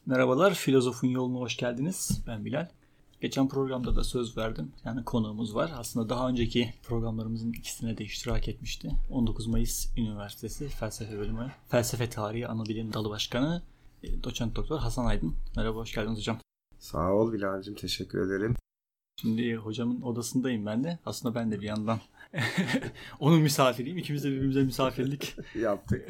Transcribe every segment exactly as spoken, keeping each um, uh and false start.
Merhabalar, Filozofun Yoluna hoş geldiniz. Ben Bilal. Geçen programda da söz verdim. Yani konuğumuz var. Aslında daha önceki programlarımızın ikisine de iştirak etmişti. on dokuz Mayıs Üniversitesi Felsefe Bölümü Felsefe Tarihi Anabilim Dalı Başkanı Doçent Doktor Hasan Aydın. Merhaba, hoş geldiniz hocam. Sağ ol Bilal'cim, teşekkür ederim. Şimdi hocamın odasındayım ben de. Aslında ben de bir yandan onun misafiriyim. İkimiz de birbirimize misafirlik yaptık.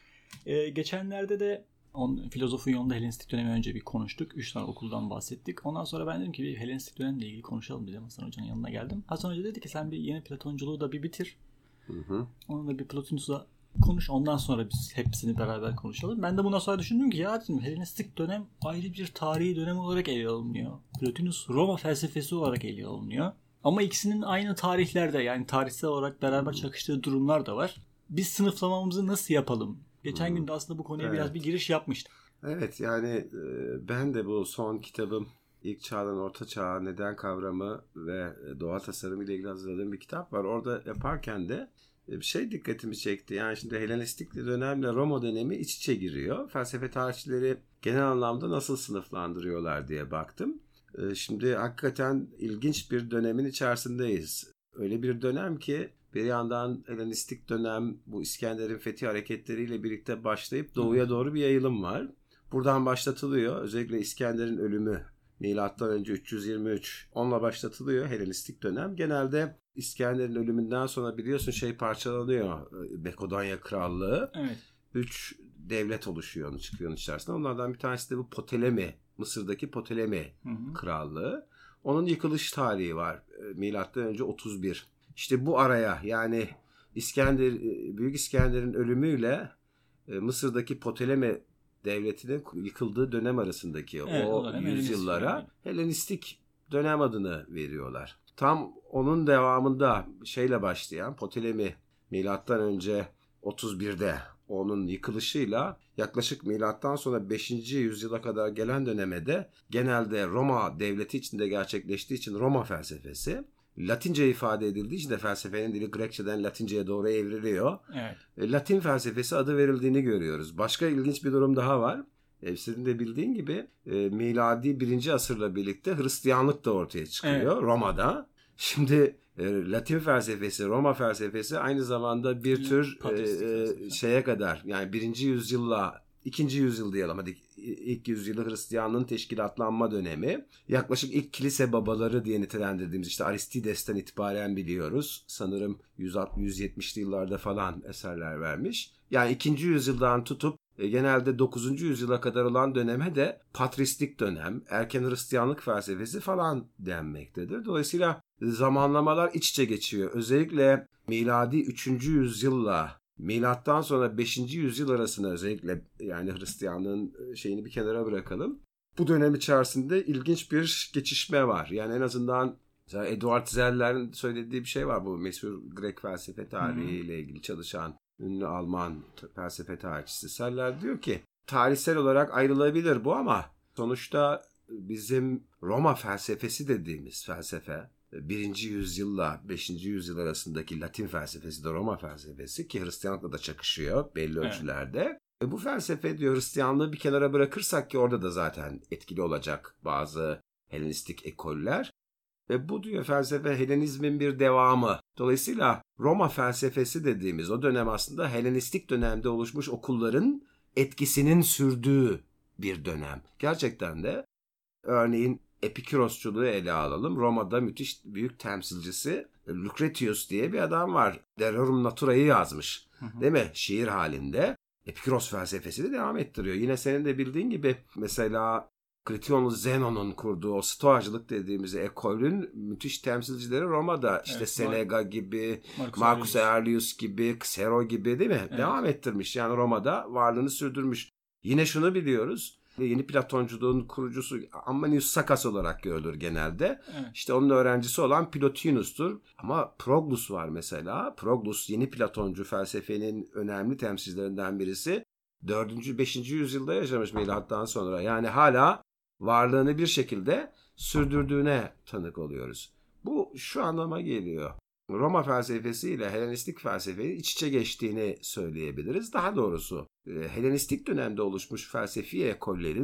ee, geçenlerde de On, filozofun yolunda Helenistik dönemi önce bir konuştuk. Üç tane okuldan bahsettik. Ondan sonra ben dedim ki bir Helenistik dönemle ilgili konuşalım dedim. Hasan Hoca'nın yanına geldim. Hasan Hoca dedi ki sen bir yeni Platonculuğu da bir bitir. Hı hı. Onunla bir Plotinus'la konuş. Ondan sonra biz hepsini beraber konuşalım. Ben de bundan sonra düşündüm ki ya dedim, Helenistik dönem ayrı bir tarihi dönem olarak ele alınıyor. Plotinus Roma felsefesi olarak ele alınıyor. Ama ikisinin aynı tarihlerde, yani tarihsel olarak beraber çakıştığı durumlar da var. Biz sınıflamamızı nasıl yapalım? Geçen hmm. gün de aslında bu konuya evet. biraz bir giriş yapmıştım. Evet, yani e, ben de bu son kitabım İlk Çağ'dan Orta Çağ'a Neden Kavramı ve Doğa Tasarımı ile ilgili hazırladığım bir kitap var. Orada yaparken de bir şey dikkatimi çekti. Yani şimdi Helenistik dönemle Roma dönemi iç içe giriyor. Felsefe tarihçileri genel anlamda nasıl sınıflandırıyorlar diye baktım. E, şimdi hakikaten ilginç bir dönemin içerisindeyiz. Öyle bir dönem ki bir yandan Helenistik dönem bu İskender'in fethi hareketleriyle birlikte başlayıp doğuya doğru bir yayılım var. Buradan başlatılıyor. Özellikle İskender'in ölümü milattan önce üç yüz yirmi üç onunla başlatılıyor Helenistik dönem. Genelde İskender'in ölümünden sonra biliyorsun şey parçalanıyor. Makedonya Krallığı. Evet. Üç devlet oluşuyor onun çıkıyor onun içerisinde. Onlardan bir tanesi de bu Ptolemai. Mısır'daki Ptolemai hı hı. Krallığı. Onun yıkılış tarihi var. Milattan önce otuz bir. İşte bu araya, yani İskender, Büyük İskender'in ölümüyle Mısır'daki Ptolemai devletinin yıkıldığı dönem arasındaki evet, o yüzyıllara Helenistik dönem adını veriyorlar. Tam onun devamında şeyle başlayan Ptolemai milattan önce otuz birde onun yıkılışıyla yaklaşık milattan sonra beşinci yüzyıla kadar gelen döneme de genelde Roma devleti içinde gerçekleştiği için Roma felsefesi, Latince ifade edildiği için de felsefenin dili Grekçeden Latinceye doğru evriliyor. Evet. Latin felsefesi adı verildiğini görüyoruz. Başka ilginç bir durum daha var. Sizin de bildiğin gibi miladi birinci asırla birlikte Hristiyanlık da ortaya çıkıyor evet. Roma'da. Şimdi Latin felsefesi, Roma felsefesi aynı zamanda bir tür e, şeye kadar, yani birinci yüzyılla İkinci yüzyıl diyelim, hadi ilk yüzyılı Hristiyanlığın teşkilatlanma dönemi. Yaklaşık ilk kilise babaları diye nitelendirdiğimiz işte Aristides'ten itibaren biliyoruz. Sanırım yüz yetmişli yıllarda falan eserler vermiş. Yani ikinci yüzyıldan tutup e, genelde dokuzuncu yüzyıla kadar olan döneme de patristik dönem, erken Hristiyanlık felsefesi falan denmektedir. Dolayısıyla zamanlamalar iç içe geçiyor. Özellikle miladi üçüncü yüzyılla milattan sonra beşinci yüzyıl arasında, özellikle yani Hristiyanlığın şeyini bir kenara bırakalım. Bu dönem içerisinde ilginç bir geçişme var. Yani en azından mesela Eduard Zeller'in söylediği bir şey var, bu meşhur Grek felsefe tarihiyle ilgili çalışan ünlü Alman felsefe tarihçisi. Zeller diyor ki tarihsel olarak ayrılabilir bu ama sonuçta bizim Roma felsefesi dediğimiz felsefe, birinci yüzyılla beşinci yüzyıl arasındaki Latin felsefesi de Roma felsefesi ki Hristiyanlıkla da çakışıyor belli evet. ölçülerde. Ve bu felsefe diyor Hristiyanlığı bir kenara bırakırsak ki orada da zaten etkili olacak bazı Helenistik ekoller. Ve bu diyor felsefe Helenizmin bir devamı. Dolayısıyla Roma felsefesi dediğimiz o dönem aslında Helenistik dönemde oluşmuş okulların etkisinin sürdüğü bir dönem. Gerçekten de örneğin Epikurosçuluğu ele alalım. Roma'da müthiş büyük temsilcisi Lucretius diye bir adam var. De Rerum Natura'yı yazmış. Hı hı. Değil mi? Şiir halinde. Epikuros felsefesini devam ettiriyor. Yine senin de bildiğin gibi mesela Kritonlu Zenon'un kurduğu o stoacılık dediğimiz ekolün müthiş temsilcileri Roma'da. İşte evet, Seneca gibi, Marcus, Marcus Aurelius gibi, Cicero gibi değil mi? Evet. Devam ettirmiş. Yani Roma'da varlığını sürdürmüş. Yine şunu biliyoruz. Yeni Platonculuğun kurucusu Ammanius Sakas olarak görülür genelde. Evet. İşte onun öğrencisi olan Plotinus'tur. Ama Proglus var mesela. Proglus yeni Platoncu felsefenin önemli temsilcilerinden birisi. dördüncü beşinci yüzyılda yaşamış milattan sonra. Yani hala varlığını bir şekilde sürdürdüğüne tanık oluyoruz. Bu şu anlama geliyor. Roma felsefesi ile Helenistik felsefenin iç içe geçtiğini söyleyebiliriz. Daha doğrusu Helenistik dönemde oluşmuş felsefi ekollerin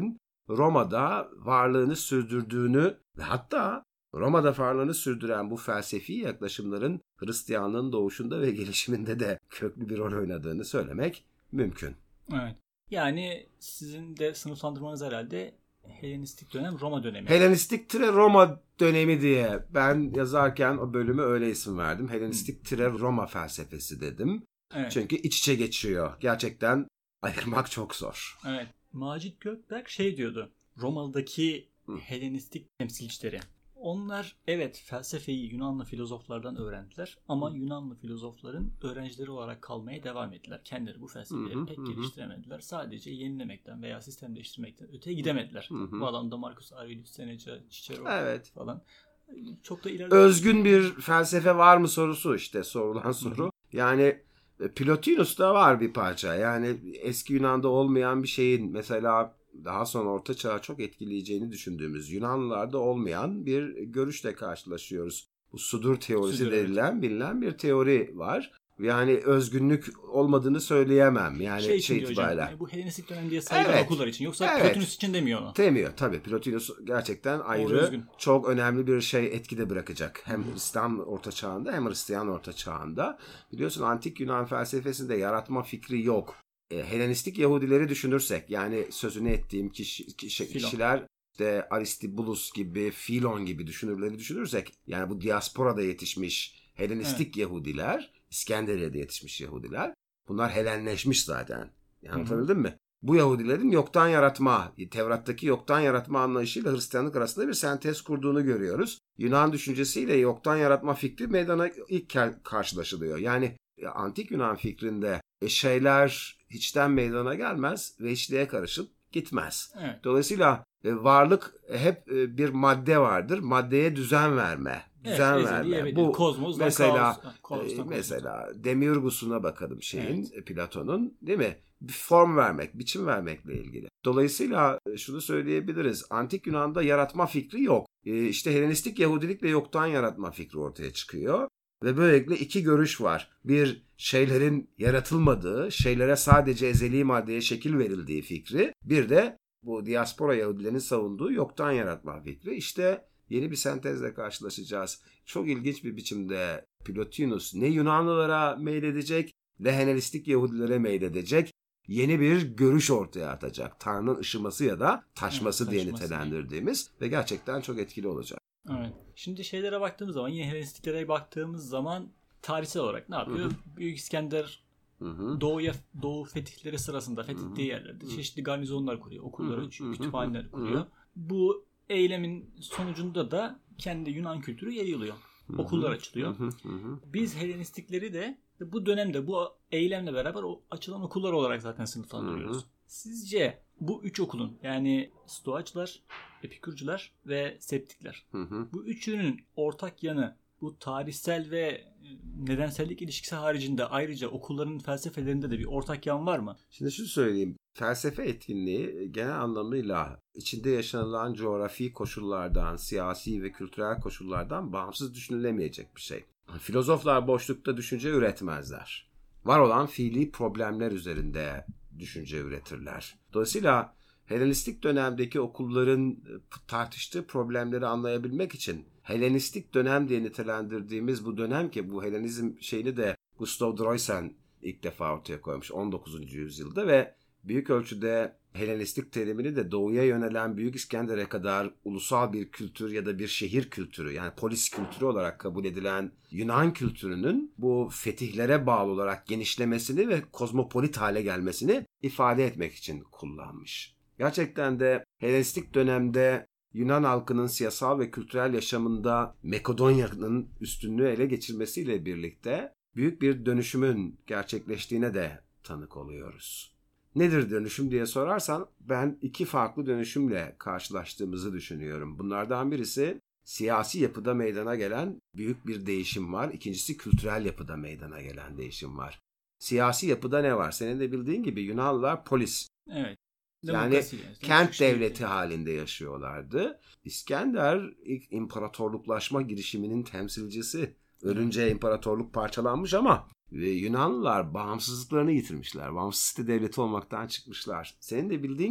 Roma'da varlığını sürdürdüğünü ve hatta Roma'da varlığını sürdüren bu felsefi yaklaşımların Hristiyanlığın doğuşunda ve gelişiminde de köklü bir rol oynadığını söylemek mümkün. Evet. Yani sizin de sınıflandırmanız herhalde Helenistik dönem, Roma dönemi. Helenistik Roma dönemi diye ben yazarken o bölümü öyle isim verdim. Helenistik Roma felsefesi dedim. Evet. Çünkü iç içe geçiyor. Gerçekten ayırmak çok zor. Evet. Macit Gökberk şey diyordu. Roma'daki Hı. Helenistik temsilcileri. Onlar evet felsefeyi Yunanlı filozoflardan öğrendiler ama hı. Yunanlı filozofların öğrencileri olarak kalmaya devam ettiler. Kendileri bu felsefeleri hı hı, pek hı. geliştiremediler. Sadece yenilemekten veya sistem değiştirmekten öteye gidemediler. Hı hı. Bu adam da Marcus Aurelius Seneca, Cicero evet. falan. Çok da ileride... Özgün bir felsefe var mı sorusu işte sorulan soru. Hı hı. Yani Plotinus'ta var bir parça. Yani eski Yunan'da olmayan bir şeyin mesela daha sonra Orta Çağ'ı çok etkileyeceğini düşündüğümüz Yunanlılarda olmayan bir görüşle karşılaşıyoruz. Bu sudur teorisi sudur, denilen evet. bilinen bir teori var. Yani özgünlük olmadığını söyleyemem. Yani şey, şey itibariyle. Hocam, bu Helenistik dönem diye sayılan evet. okullar için. Yoksa evet. Plotinus için demiyor onu. Demiyor tabii. Plotinus gerçekten ayrı çok önemli bir şey etkide bırakacak. Hem hmm. İslam Orta Çağ'ında hem Hristiyan Orta Çağ'ında. Biliyorsun antik Yunan felsefesinde yaratma fikri yok. Helenistik Yahudileri düşünürsek yani sözünü ettiğim kişi, kişi, kişiler işte Aristobulus gibi, Filon gibi düşünürleri düşünürsek yani bu diasporada yetişmiş Helenistik evet. Yahudiler, İskenderiye'de yetişmiş Yahudiler bunlar Helenleşmiş zaten. Yani anlatabildim mi? Bu Yahudilerin yoktan yaratma, Tevrat'taki yoktan yaratma anlayışıyla Hristiyanlık arasında bir sentez kurduğunu görüyoruz. Yunan düşüncesiyle yoktan yaratma fikri meydana ilk karşılaşılıyor. Yani antik Yunan fikrinde şeyler hiçten meydana gelmez ve hiçliğe karışıp gitmez. Evet. Dolayısıyla varlık hep bir madde vardır. Maddeye düzen verme. Düzen evet, verme. Evet, bu kozmos, mesela kaos, e, mesela Demiurgus'una bakalım şeyin evet. Platon'un değil mi? Bir form vermek, biçim vermekle ilgili. Dolayısıyla şunu söyleyebiliriz. Antik Yunan'da yaratma fikri yok. E, işte Helenistik Yahudilikle yoktan yaratma fikri ortaya çıkıyor. Ve böylelikle iki görüş var. Bir, şeylerin yaratılmadığı, şeylere sadece ezeli maddeye şekil verildiği fikri. Bir de bu diaspora Yahudilerin savunduğu yoktan yaratma fikri. İşte yeni bir sentezle karşılaşacağız. Çok ilginç bir biçimde Plotinus ne Yunanlılara meyledecek ne Helenistik Yahudilere meyledecek. Yeni bir görüş ortaya atacak. Tanrı'nın ışıması ya da taşması evet, diye nitelendirdiğimiz ve gerçekten çok etkili olacak. Evet. Şimdi şeylere baktığımız zaman yine Helenistiklere baktığımız zaman tarihsel olarak ne yapıyor? Hı hı. Büyük İskender hı hı. Doğu'ya Doğu fetihleri sırasında fethettiği hı hı. yerlerde çeşitli garnizonlar kuruyor, okulları açıyor, kütüphaneler kuruyor. Hı hı. Bu eylemin sonucunda da kendi Yunan kültürü yayılıyor. Hı hı. Okullar açılıyor. Hı hı. Biz Helenistikleri de bu dönemde bu eylemle beraber o açılan okullar olarak zaten sınıflandırıyoruz. Hı hı. Sizce bu üç okulun yani Stoacılar, Epikürcüler ve Septikler. Hı hı. Bu üçünün ortak yanı bu tarihsel ve nedensellik ilişkisi haricinde ayrıca okulların felsefelerinde de bir ortak yan var mı? Şimdi şunu söyleyeyim. Felsefe etkinliği genel anlamıyla içinde yaşanılan coğrafi koşullardan, siyasi ve kültürel koşullardan bağımsız düşünülemeyecek bir şey. Filozoflar boşlukta düşünce üretmezler. Var olan fiili problemler üzerinde düşünce üretirler. Dolayısıyla Helenistik dönemdeki okulların tartıştığı problemleri anlayabilmek için Helenistik dönem diye nitelendirdiğimiz bu dönem ki bu Helenizm şeyini de Gustav Droysen ilk defa ortaya koymuş on dokuzuncu yüzyılda ve büyük ölçüde Helenistik terimini de doğuya yönelen Büyük İskender'e kadar ulusal bir kültür ya da bir şehir kültürü yani polis kültürü olarak kabul edilen Yunan kültürünün bu fetihlere bağlı olarak genişlemesini ve kozmopolit hale gelmesini ifade etmek için kullanmış. Gerçekten de Helenistik dönemde Yunan halkının siyasal ve kültürel yaşamında Makedonya'nın üstünlüğü ele geçirmesiyle birlikte büyük bir dönüşümün gerçekleştiğine de tanık oluyoruz. Nedir dönüşüm diye sorarsan ben iki farklı dönüşümle karşılaştığımızı düşünüyorum. Bunlardan birisi siyasi yapıda meydana gelen büyük bir değişim var. İkincisi kültürel yapıda meydana gelen değişim var. Siyasi yapıda ne var? Senin de bildiğin gibi Yunanlılar polis. Evet. Yani, yani kent devleti şey. halinde yaşıyorlardı. İskender ilk imparatorluklaşma girişiminin temsilcisi. Ölünce imparatorluk parçalanmış ama ve Yunanlılar bağımsızlıklarını yitirmişler. Bağımsız site devleti olmaktan çıkmışlar. Senin de bildiğin gibi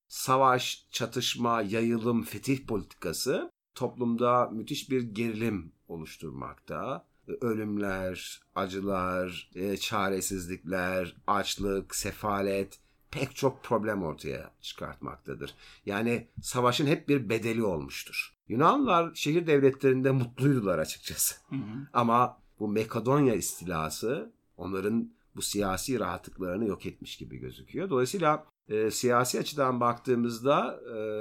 savaş, çatışma, yayılım, fetih politikası toplumda müthiş bir gerilim oluşturmakta. Ölümler, acılar, çaresizlikler, açlık, sefalet pek çok problem ortaya çıkartmaktadır. Yani savaşın hep bir bedeli olmuştur. Yunanlılar şehir devletlerinde mutluydular açıkçası. Hı hı. Ama bu Makedonya istilası onların bu siyasi rahatlıklarını yok etmiş gibi gözüküyor. Dolayısıyla e, siyasi açıdan baktığımızda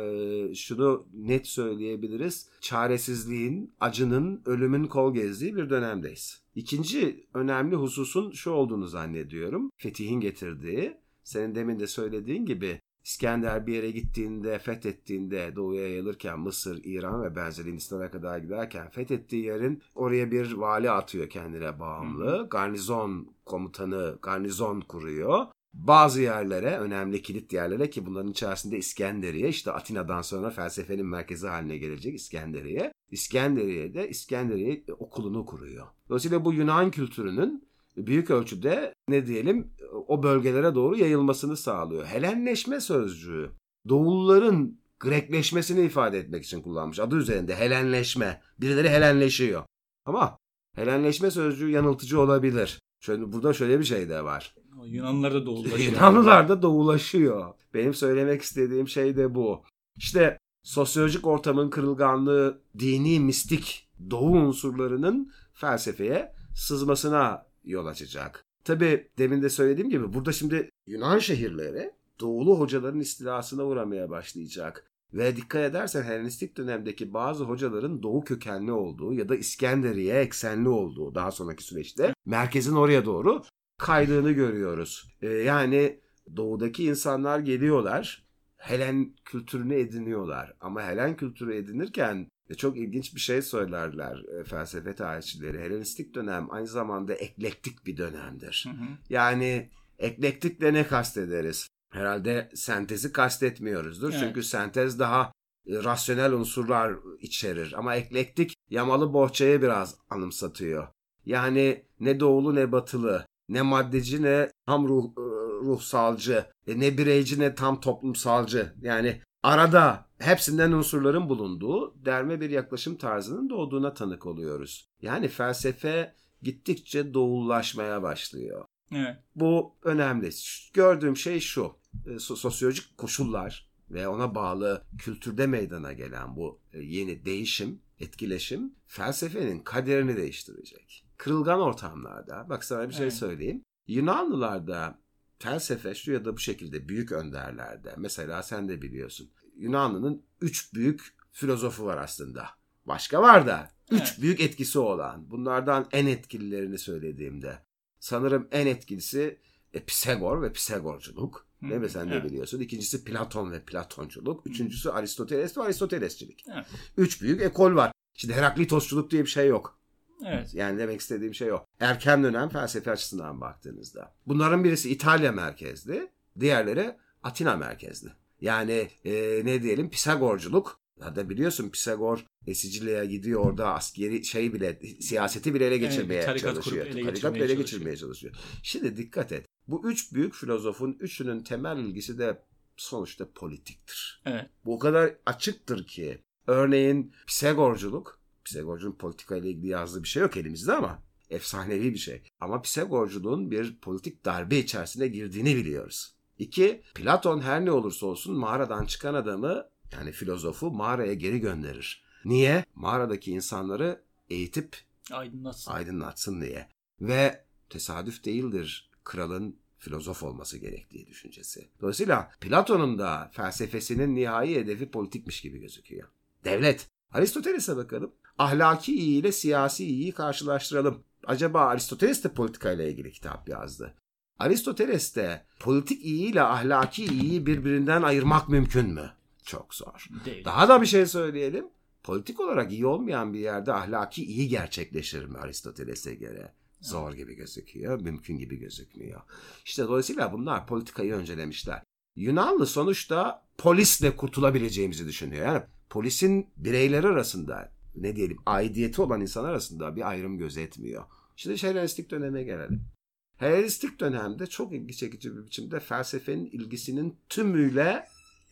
e, şunu net söyleyebiliriz. Çaresizliğin, acının, ölümün kol gezdiği bir dönemdeyiz. İkinci önemli hususun şu olduğunu zannediyorum. Fetihin getirdiği, senin demin de söylediğin gibi İskender bir yere gittiğinde, fethettiğinde doğuya yayılırken Mısır, İran ve benzeri Hindistan'a kadar giderken fethettiği yerin oraya bir vali atıyor kendine bağımlı. Garnizon komutanı garnizon kuruyor. Bazı yerlere, önemli kilit yerlere ki bunların içerisinde İskenderiye, işte Atina'dan sonra felsefenin merkezi haline gelecek İskenderiye. İskenderiye'de İskenderiye okulunu kuruyor. Dolayısıyla bu Yunan kültürünün büyük ölçüde ne diyelim o bölgelere doğru yayılmasını sağlıyor. Helenleşme sözcüğü Doğulların Grekleşmesini ifade etmek için kullanmış. Adı üzerinde Helenleşme. Birileri Helenleşiyor. Ama Helenleşme sözcüğü yanıltıcı olabilir. Şöyle, burada şöyle bir şey de var. Yunanlılar da doğulaşıyor. Yunanlılar da doğulaşıyor. Benim söylemek istediğim şey de bu. İşte sosyolojik ortamın kırılganlığı, dini, mistik doğu unsurlarının felsefeye sızmasına yol açacak. Tabii demin de söylediğim gibi burada şimdi Yunan şehirleri doğulu hocaların istilasına uğramaya başlayacak. Ve dikkat edersen Helenistik dönemdeki bazı hocaların doğu kökenli olduğu ya da İskenderiye eksenli olduğu daha sonraki süreçte merkezin oraya doğru kaydığını görüyoruz. Ee, yani doğudaki insanlar geliyorlar, Helen kültürünü ediniyorlar. Ama Helen kültürü edinirken çok ilginç bir şey söylerler e, felsefe tarihçileri. Helenistik dönem aynı zamanda eklektik bir dönemdir. Hı hı. Yani eklektikle ne kastederiz? Herhalde sentezi kastetmiyoruzdur. Evet. Çünkü sentez daha e, rasyonel unsurlar içerir. Ama eklektik yamalı bohçayı biraz anımsatıyor. Yani ne doğulu ne batılı, ne maddeci ne tam ruh, e, ruhsalcı, e, ne bireyci ne tam toplumsalcı. Yani arada hepsinden unsurların bulunduğu derme bir yaklaşım tarzının doğduğuna tanık oluyoruz. Yani felsefe gittikçe doğullaşmaya başlıyor. Evet. Bu önemli. Gördüğüm şey şu. Sosyolojik koşullar ve ona bağlı kültürde meydana gelen bu yeni değişim, etkileşim felsefenin kaderini değiştirecek. Kırılgan ortamlarda, bak sana bir şey evet. söyleyeyim. Yunanlılarda felsefe şu ya da bu şekilde büyük önderlerde, mesela sen de biliyorsun, Yunanlı'nın üç büyük filozofu var aslında. Başka var da üç evet. büyük etkisi olan. Bunlardan en etkililerini söylediğimde sanırım en etkilisi e, Pisagor ve Pisagorculuk. Hı, değil mi? Sen evet. de biliyorsun. İkincisi Platon ve Platonculuk. Üçüncüsü Aristoteles ve Aristotelesçilik. Evet. Üç büyük ekol var. Şimdi Heraklitosçuluk diye bir şey yok. Evet. Yani demek istediğim şey o. Erken dönem felsefe açısından baktığınızda. Bunların birisi İtalya merkezli, diğerleri Atina merkezli. Yani e, ne diyelim Pisagorculuk. Hatta biliyorsun Pisagor e, Sicilya'ya gidiyor, orada askeri şey bile, siyaseti bile ele geçirmeye evet, çalışıyor. Ele tarikat ele geçirmeye çalışıyor. Şimdi dikkat et. Bu üç büyük filozofun üçünün temel ilgisi de sonuçta politiktir. Evet. Bu o kadar açıktır ki örneğin Pisagorculuk, Pisagorcunun politika ile ilgili yazdığı bir şey yok elimizde ama efsanevi bir şey. Ama Pisagorculuğun bir politik darbe içerisine girdiğini biliyoruz. İki, Platon her ne olursa olsun mağaradan çıkan adamı, yani filozofu mağaraya geri gönderir. Niye? Mağaradaki insanları eğitip aydınlatsın. aydınlatsın diye. Ve tesadüf değildir kralın filozof olması gerektiği düşüncesi. Dolayısıyla Platon'un da felsefesinin nihai hedefi politikmiş gibi gözüküyor. Devlet. Aristoteles'e bakalım. Ahlaki iyi ile siyasi iyiyi karşılaştıralım. Acaba Aristoteles de politikayla ilgili kitap yazdı. Aristoteles de politik iyi ile ahlaki iyiyi birbirinden ayırmak mümkün mü? Çok zor. Değil. Daha da bir şey söyleyelim. Politik olarak iyi olmayan bir yerde ahlaki iyi gerçekleşir mi Aristoteles'e göre? Zor gibi gözüküyor, mümkün gibi gözükmüyor. İşte dolayısıyla bunlar politikayı öncelemişler. Yunanlı sonuçta polisle kurtulabileceğimizi düşünüyor. Yani polisin bireyler arasında, ne diyelim, aidiyeti olan insanlar arasında bir ayrım gözetmiyor. Şimdi Helenistik döneme gelelim. Helenistik dönemde çok ilgi çekici bir biçimde felsefenin ilgisinin tümüyle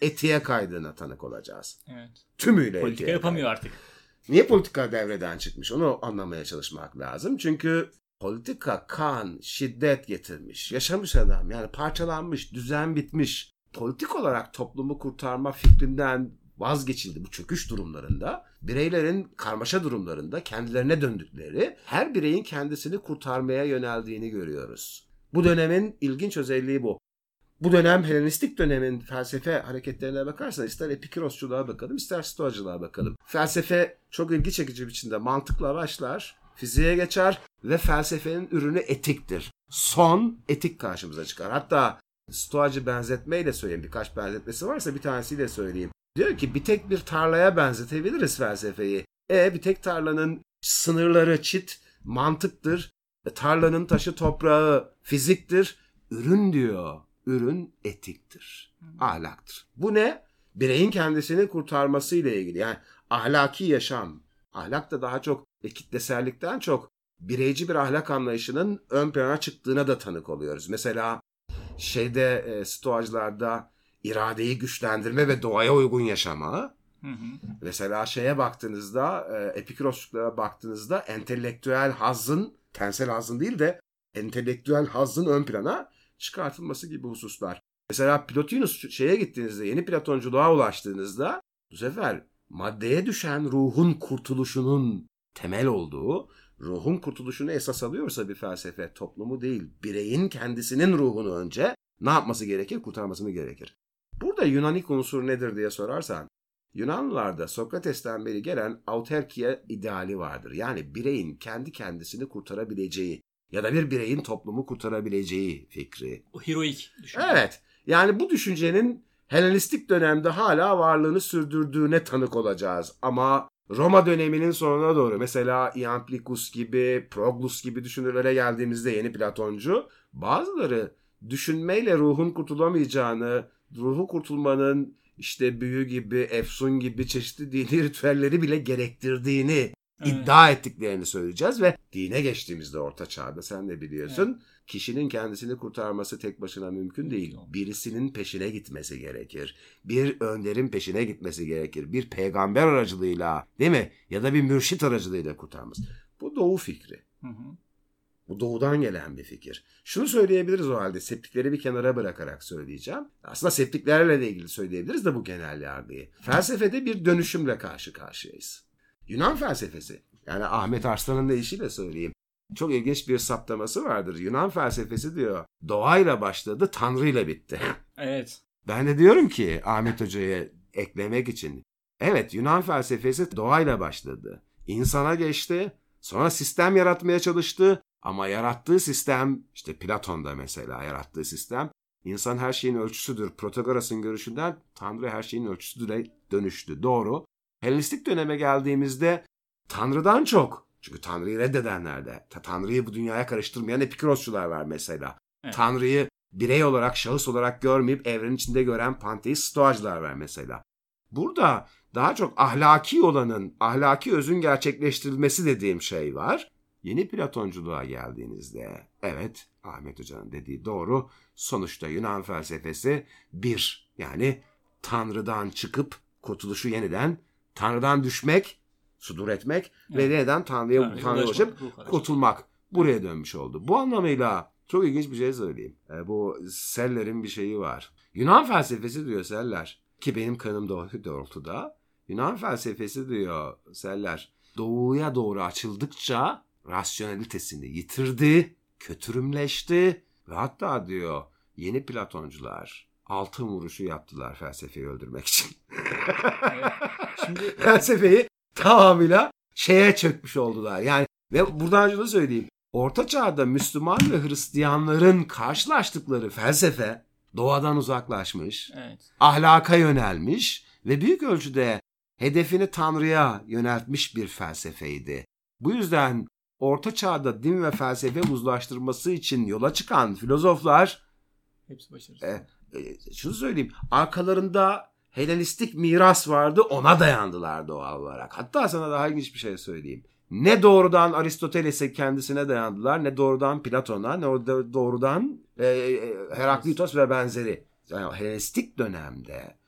etiğe kaydığına tanık olacağız. Evet. Tümüyle politika yapamıyor kaydığına. artık. Niye politika devreden çıkmış? Onu anlamaya çalışmak lazım. Çünkü politika kan, şiddet getirmiş. Yaşamış adam. Yani parçalanmış, düzen bitmiş. Politik olarak toplumu kurtarma fikrinden vazgeçildi bu çöküş durumlarında. Bireylerin karmaşa durumlarında kendilerine döndükleri, her bireyin kendisini kurtarmaya yöneldiğini görüyoruz. Bu dönemin ilginç özelliği bu. Bu dönem Helenistik dönemin felsefe hareketlerine bakarsan ister Epikurosçuluğa bakalım, ister Stoacılığa bakalım. Felsefe çok ilgi çekici biçimde mantıkla başlar, fiziğe geçer ve felsefenin ürünü etiktir. Son etik karşımıza çıkar. Hatta Stoacı benzetmeyle söyleyeyim. Birkaç benzetmesi varsa bir tanesiyle söyleyeyim. Diyor ki bir tek bir tarlaya benzetebiliriz felsefeyi. E bir tek tarlanın sınırları çit, mantıktır. E, tarlanın taşı toprağı fiziktir. Ürün diyor. Ürün etiktir. Ahlaktır. Bu ne? Bireyin kendisini kurtarması ile ilgili. Yani ahlaki yaşam. Ahlak da daha çok e, kitlesellikten çok bireyci bir ahlak anlayışının ön plana çıktığına da tanık oluyoruz. Mesela şeyde e, Stoacılarda iradeyi güçlendirme ve doğaya uygun yaşama. Hı hı. Mesela şeye baktığınızda, e, Epikurosçulara baktığınızda entelektüel hazzın, tensel hazzın değil de entelektüel hazzın ön plana çıkartılması gibi hususlar. Mesela Plotinus şeye gittiğinizde, yeni Platonculuğa ulaştığınızda bu sefer maddeye düşen ruhun kurtuluşunun temel olduğu, ruhun kurtuluşunu esas alıyorsa bir felsefe, toplumu değil, bireyin kendisinin ruhunu önce ne yapması gerekir? Kurtarmasını gerekir. Burada Yunanik unsur nedir diye sorarsan, Yunanlılarda Sokrates'ten beri gelen autarkia ideali vardır. Yani bireyin kendi kendisini kurtarabileceği ya da bir bireyin toplumu kurtarabileceği fikri. O heroik düşünce. Evet. Yani bu düşüncenin Helenistik dönemde hala varlığını sürdürdüğüne tanık olacağız. Ama Roma döneminin sonuna doğru mesela Iamblichus gibi, Proglus gibi düşünürlere geldiğimizde yeni Platoncu, bazıları düşünmeyle ruhun kurtulamayacağını, ruhu kurtulmanın işte büyü gibi, efsun gibi çeşitli dini ritüelleri bile gerektirdiğini evet. iddia ettiklerini söyleyeceğiz ve dine geçtiğimizde Orta Çağ'da sen de biliyorsun, evet. kişinin kendisini kurtarması tek başına mümkün değil. Birisinin peşine gitmesi gerekir. Bir önderin peşine gitmesi gerekir. Bir peygamber aracılığıyla, değil mi? Ya da bir mürşit aracılığıyla kurtarması. Bu doğu fikri. Hı hı. Bu doğudan gelen bir fikir. Şunu söyleyebiliriz o halde. Septikleri bir kenara bırakarak söyleyeceğim. Aslında septiklerle de ilgili söyleyebiliriz de bu genel yargıyı. Felsefede bir dönüşümle karşı karşıyayız. Yunan felsefesi. Yani Ahmet Arslan'ın deyişiyle söyleyeyim. Çok ilginç bir saptaması vardır. Yunan felsefesi diyor, doğayla başladı, Tanrı'yla bitti. Evet. Ben de diyorum ki Ahmet Hoca'ya eklemek için. Evet, Yunan felsefesi doğayla başladı. İnsana geçti, sonra sistem yaratmaya çalıştı. Ama yarattığı sistem, işte Platon'da mesela yarattığı sistem, insan her şeyin ölçüsüdür. Protagoras'ın görüşünden Tanrı her şeyin ölçüsüdür dönüştü. Doğru. Helenistik döneme geldiğimizde Tanrı'dan çok, çünkü Tanrı'yı reddedenler de, Tanrı'yı bu dünyaya karıştırmayan Epikurosçular var mesela. Evet. Tanrı'yı birey olarak, şahıs olarak görmeyip evrenin içinde gören panteist Stoacılar var mesela. Burada daha çok ahlaki olanın, ahlaki özün gerçekleştirilmesi dediğim şey var. Yeni Platonculuğa geldiğinizde, evet Ahmet Hoca'nın dediği doğru, sonuçta Yunan felsefesi bir, yani Tanrı'dan çıkıp kurtuluşu yeniden, Tanrı'dan düşmek, sudur etmek evet. ve yeniden Tanrı'ya yani, Tanrı'ya ulaşıp kurtulmak. Buraya dönmüş oldu. Bu anlamıyla çok ilginç bir şey söyleyeyim. E, bu Seller'in bir şeyi var. Yunan felsefesi diyor Seller, ki benim kanım doğrultuda, Yunan felsefesi diyor Seller, doğuya doğru açıldıkça rasyonelitesini yitirdi, kötürümleşti ve hatta diyor yeni Platoncular altın vuruşu yaptılar felsefeyi öldürmek için. Evet. Şimdi felsefeyi tamamıyla şeye çökmüş oldular. Yani ve buradan şunu söyleyeyim. Orta Çağ'da Müslüman ve Hristiyanların karşılaştıkları felsefe doğadan uzaklaşmış, evet. ahlaka yönelmiş ve büyük ölçüde hedefini Tanrı'ya yöneltmiş bir felsefeydi. Bu yüzden Orta Çağ'da din ve felsefe uzlaştırması için yola çıkan filozoflar hepsi başarısız. E, e, şunu söyleyeyim. Arkalarında Helenistik miras vardı, ona dayandılar doğal olarak. Hatta sana daha ilginç bir şey söyleyeyim. Ne doğrudan Aristoteles'e kendisine dayandılar, ne doğrudan Platon'a, ne doğrudan e, e, Heraklitos ve benzeri. Yani Helenistik dönemde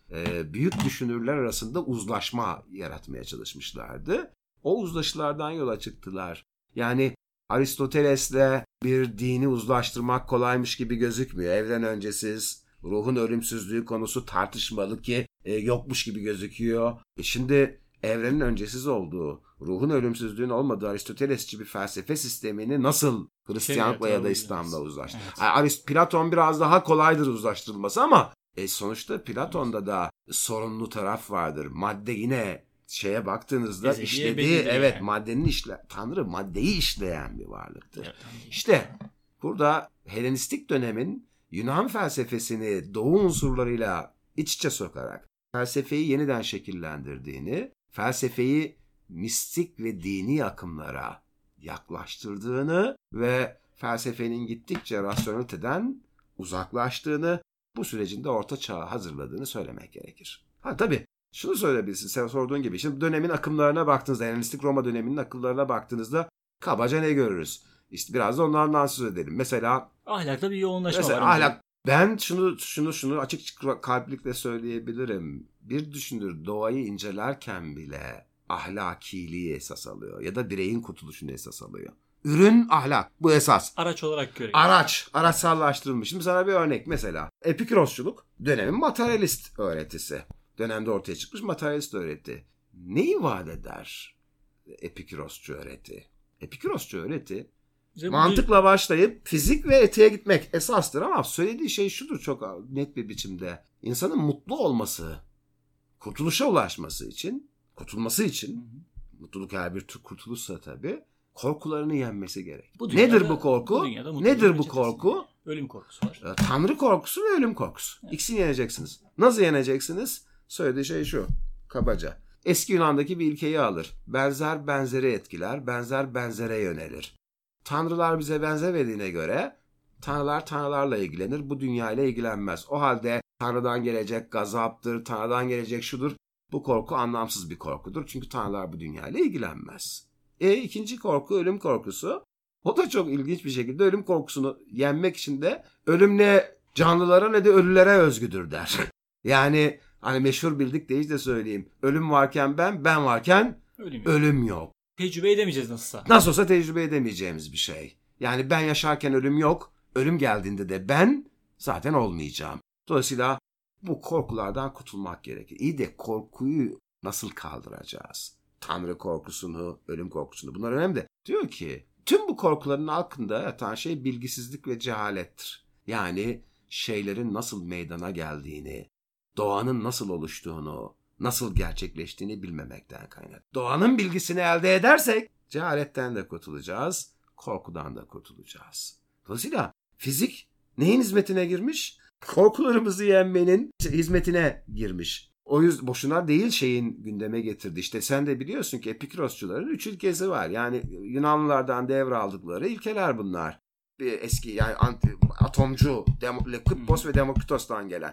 e, büyük düşünürler arasında uzlaşma yaratmaya çalışmışlardı. O uzlaşılardan yola çıktılar. Yani Aristoteles'le bir dini uzlaştırmak kolaymış gibi gözükmüyor. Evren öncesiz, ruhun ölümsüzlüğü konusu tartışmalı ki e, yokmuş gibi gözüküyor. E şimdi evrenin öncesiz olduğu, ruhun ölümsüzlüğün olmadığı Aristotelesçi bir felsefe sistemini nasıl Hristiyanlıkla ya da İslam'la uzlaştı? Evet. Yani Platon biraz daha kolaydır uzlaştırılması ama e, sonuçta Platon'da da sorunlu taraf vardır. Madde yine şeye baktığınızda Ezeliye işlediği evet yani. maddenin işle Tanrı maddeyi işleyen bir varlıktır. Evet, işte burada Helenistik dönemin Yunan felsefesini Doğu unsurlarıyla iç içe sokarak felsefeyi yeniden şekillendirdiğini, felsefeyi mistik ve dini akımlara yaklaştırdığını ve felsefenin gittikçe rasyoneliteden uzaklaştığını, bu sürecinde orta çağı hazırladığını söylemek gerekir. Ha tabii şunu söyleyebilirsin, sen sorduğun gibi. Şimdi dönemin akımlarına baktığınızda, Helenistik Roma döneminin akımlarına baktığınızda kabaca ne görürüz? İşte biraz da onlardan söz edelim. Mesela ahlakta bir yoğunlaşma mesela var. Ahlak, ben şunu şunu şunu açık kalplikle söyleyebilirim. Bir düşünür doğayı incelerken bile ahlakiliği esas alıyor ya da bireyin kurtuluşunu esas alıyor. Ürün ahlak, bu esas. Araç olarak görüyor. Araç, araçsallaştırılmış. Şimdi sana bir örnek mesela. Epikurosçuluk dönemin materyalist öğretisi. Dönemde ortaya çıkmış materyalist öğreti. Neyi vaat eder Epikurosçu öğreti? Epikurosçu öğreti Bize mantıkla bir... başlayıp fizik ve etiğe gitmek esastır ama söylediği şey şudur çok net bir biçimde. İnsanın mutlu olması, kurtuluşa ulaşması için, kurtulması için, hı hı. mutluluk her bir tür kurtuluşsa tabii, korkularını yenmesi gerek. Bu dünyada, Nedir bu korku? Bu Nedir bu korku? Ölüm korkusu var. Tanrı korkusu ve ölüm korkusu. Evet. İkisini yeneceksiniz. Nasıl yeneceksiniz? Söylediği şey şu, kabaca. Eski Yunan'daki bir ilkeyi alır. Benzer benzeri etkiler, benzer benzere yönelir. Tanrılar bize benzemediğine göre tanrılar tanrılarla ilgilenir, bu dünyayla ilgilenmez. O halde Tanrı'dan gelecek gazaptır, Tanrı'dan gelecek şudur. Bu korku anlamsız bir korkudur. Çünkü tanrılar bu dünyayla ilgilenmez. E ikinci korku ölüm korkusu. O da çok ilginç bir şekilde ölüm korkusunu yenmek için de ölüm ne canlılara ne de ölülere özgüdür der. Yani hani meşhur bildik deyiş de söyleyeyim. Ölüm varken ben, ben varken ölüm yok. Ölüm yok. Tecrübe edemeyeceğiz nasılsa. Nasıl olsa tecrübe edemeyeceğimiz bir şey. Yani ben yaşarken ölüm yok. Ölüm geldiğinde de ben zaten olmayacağım. Dolayısıyla bu korkulardan kurtulmak gerekir. İyi de korkuyu nasıl kaldıracağız? Tanrı korkusunu, ölüm korkusunu. Bunlar önemli. Diyor ki tüm bu korkuların altında yatan şey bilgisizlik ve cehalettir. Yani şeylerin nasıl meydana geldiğini, doğanın nasıl oluştuğunu, nasıl gerçekleştiğini bilmemekten kaynak. Doğanın bilgisini elde edersek cehaletten de kurtulacağız, korkudan da kurtulacağız. Dolayısıyla fizik neyin hizmetine girmiş? Korkularımızı yenmenin hizmetine girmiş. O yüzden boşuna değil şeyin gündeme getirdi. İşte sen de biliyorsun ki Epikurosçuların üç ilkesi var. Yani Yunanlılardan devraldıkları ilkeler bunlar. Bir eski yani anti, atomcu Kippos ve Demokritos'tan gelen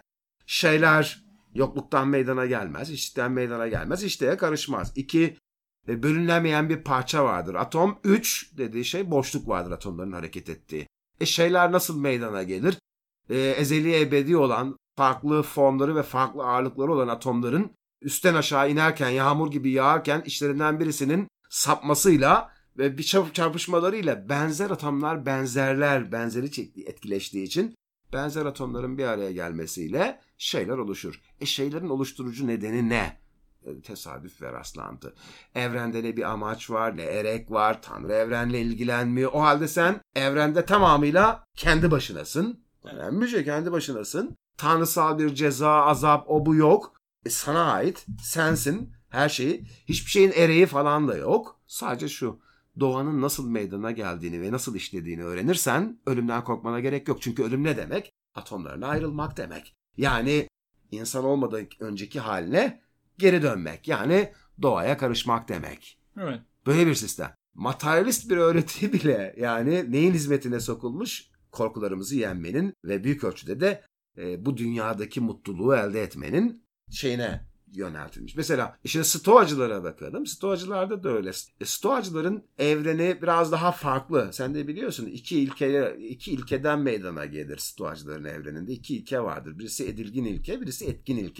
şeyler yokluktan meydana gelmez, hiçten meydana gelmez, hiçteye karışmaz. İki, bölünemeyen bir parça vardır. Atom. Üç dediği şey boşluk vardır atomların hareket ettiği. E şeyler nasıl meydana gelir? E, ezeli ebedi olan farklı formları ve farklı ağırlıkları olan atomların üstten aşağı inerken, yağmur gibi yağarken içlerinden birisinin sapmasıyla ve bir çarpışmalarıyla benzer atomlar benzerler, benzeri etkileştiği için benzer atomların bir araya gelmesiyle şeyler oluşur. E şeylerin oluşturucu nedeni ne? E, tesadüf ve rastlantı. Evrende ne bir amaç var, ne erek var, Tanrı evrenle ilgilenmiyor. O halde sen evrende tamamıyla kendi başınasın. Önemli bir şey, kendi başınasın. Tanrısal bir ceza, azap, o bu yok. E sana ait, sensin, her şeyi. Hiçbir şeyin ereği falan da yok. Sadece şu, doğanın nasıl meydana geldiğini ve nasıl işlediğini öğrenirsen ölümden korkmana gerek yok. Çünkü ölüm ne demek? Atomlarına ayrılmak demek. Yani insan olmadan önceki haline geri dönmek. Yani doğaya karışmak demek. Evet. Böyle bir sistem. Materyalist bir öğreti bile yani neyin hizmetine sokulmuş? Korkularımızı yenmenin ve büyük ölçüde de e, bu dünyadaki mutluluğu elde etmenin şeyine yöneltilmiş. Mesela işte Stoacılara bakalım. Stoacılarda da öyle. Stoacıların evreni biraz daha farklı. Sen de biliyorsun iki ilke, iki ilkeden meydana gelir Stoacıların evreninde. İki ilke vardır. Birisi edilgin ilke, birisi etkin ilke.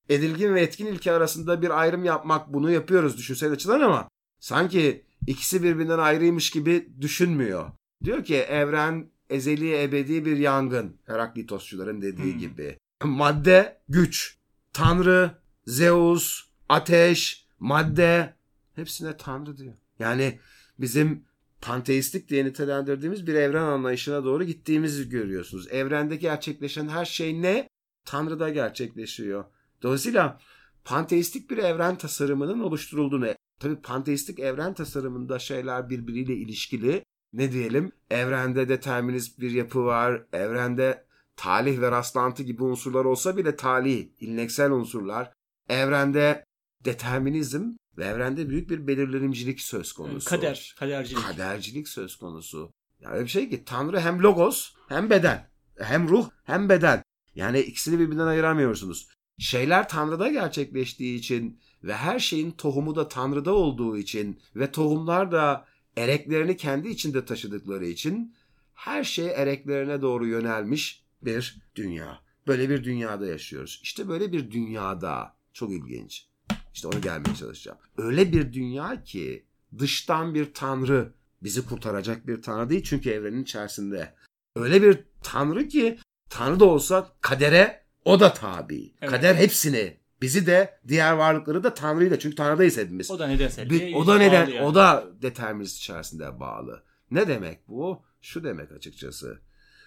edilgin ve etkin ilke arasında bir ayrım yapmak, bunu yapıyoruz düşünsel açıdan ama sanki ikisi birbirinden ayrıymış gibi düşünmüyor. Diyor ki evren ezeli ebedi bir yangın. Heraklitosçuların dediği hmm. gibi. Madde güç. Tanrı, Zeus, ateş, madde hepsine Tanrı diyor. Yani bizim panteistik diye nitelendirdiğimiz bir evren anlayışına doğru gittiğimizi görüyorsunuz. Evrende gerçekleşen her şey ne? Tanrı'da gerçekleşiyor. Dolayısıyla panteistik bir evren tasarımının oluşturulduğunu, tabii panteistik evren tasarımında şeyler birbiriyle ilişkili. Ne diyelim? Evrende determinist bir yapı var. Evrende talih ve rastlantı gibi unsurlar olsa bile talih, ilneksel unsurlar. Evrende determinizm ve evrende büyük bir belirlenimcilik söz konusu. Kader, kadercilik. Kadercilik söz konusu. Yani bir şey ki Tanrı hem logos hem beden. Hem ruh hem beden. Yani ikisini birbirinden ayıramıyorsunuz. Şeyler Tanrı'da gerçekleştiği için ve her şeyin tohumu da Tanrı'da olduğu için ve tohumlar da ereklerini kendi içinde taşıdıkları için her şey ereklerine doğru yönelmiş bir dünya. Böyle bir dünyada yaşıyoruz. İşte böyle bir dünyada çok ilginç. İşte onu gelmeye çalışacağım. Öyle bir dünya ki dıştan bir tanrı bizi kurtaracak bir tanrı değil çünkü evrenin içerisinde. Öyle bir tanrı ki tanrı da olsa kadere o da tabi. Evet. Kader hepsini, bizi de diğer varlıkları da tanrıyla çünkü tanrıdayız hepimiz. O da nedensel. Bir, o da neden yani. O da determinist içerisinde bağlı. Ne demek bu? Şu demek açıkçası.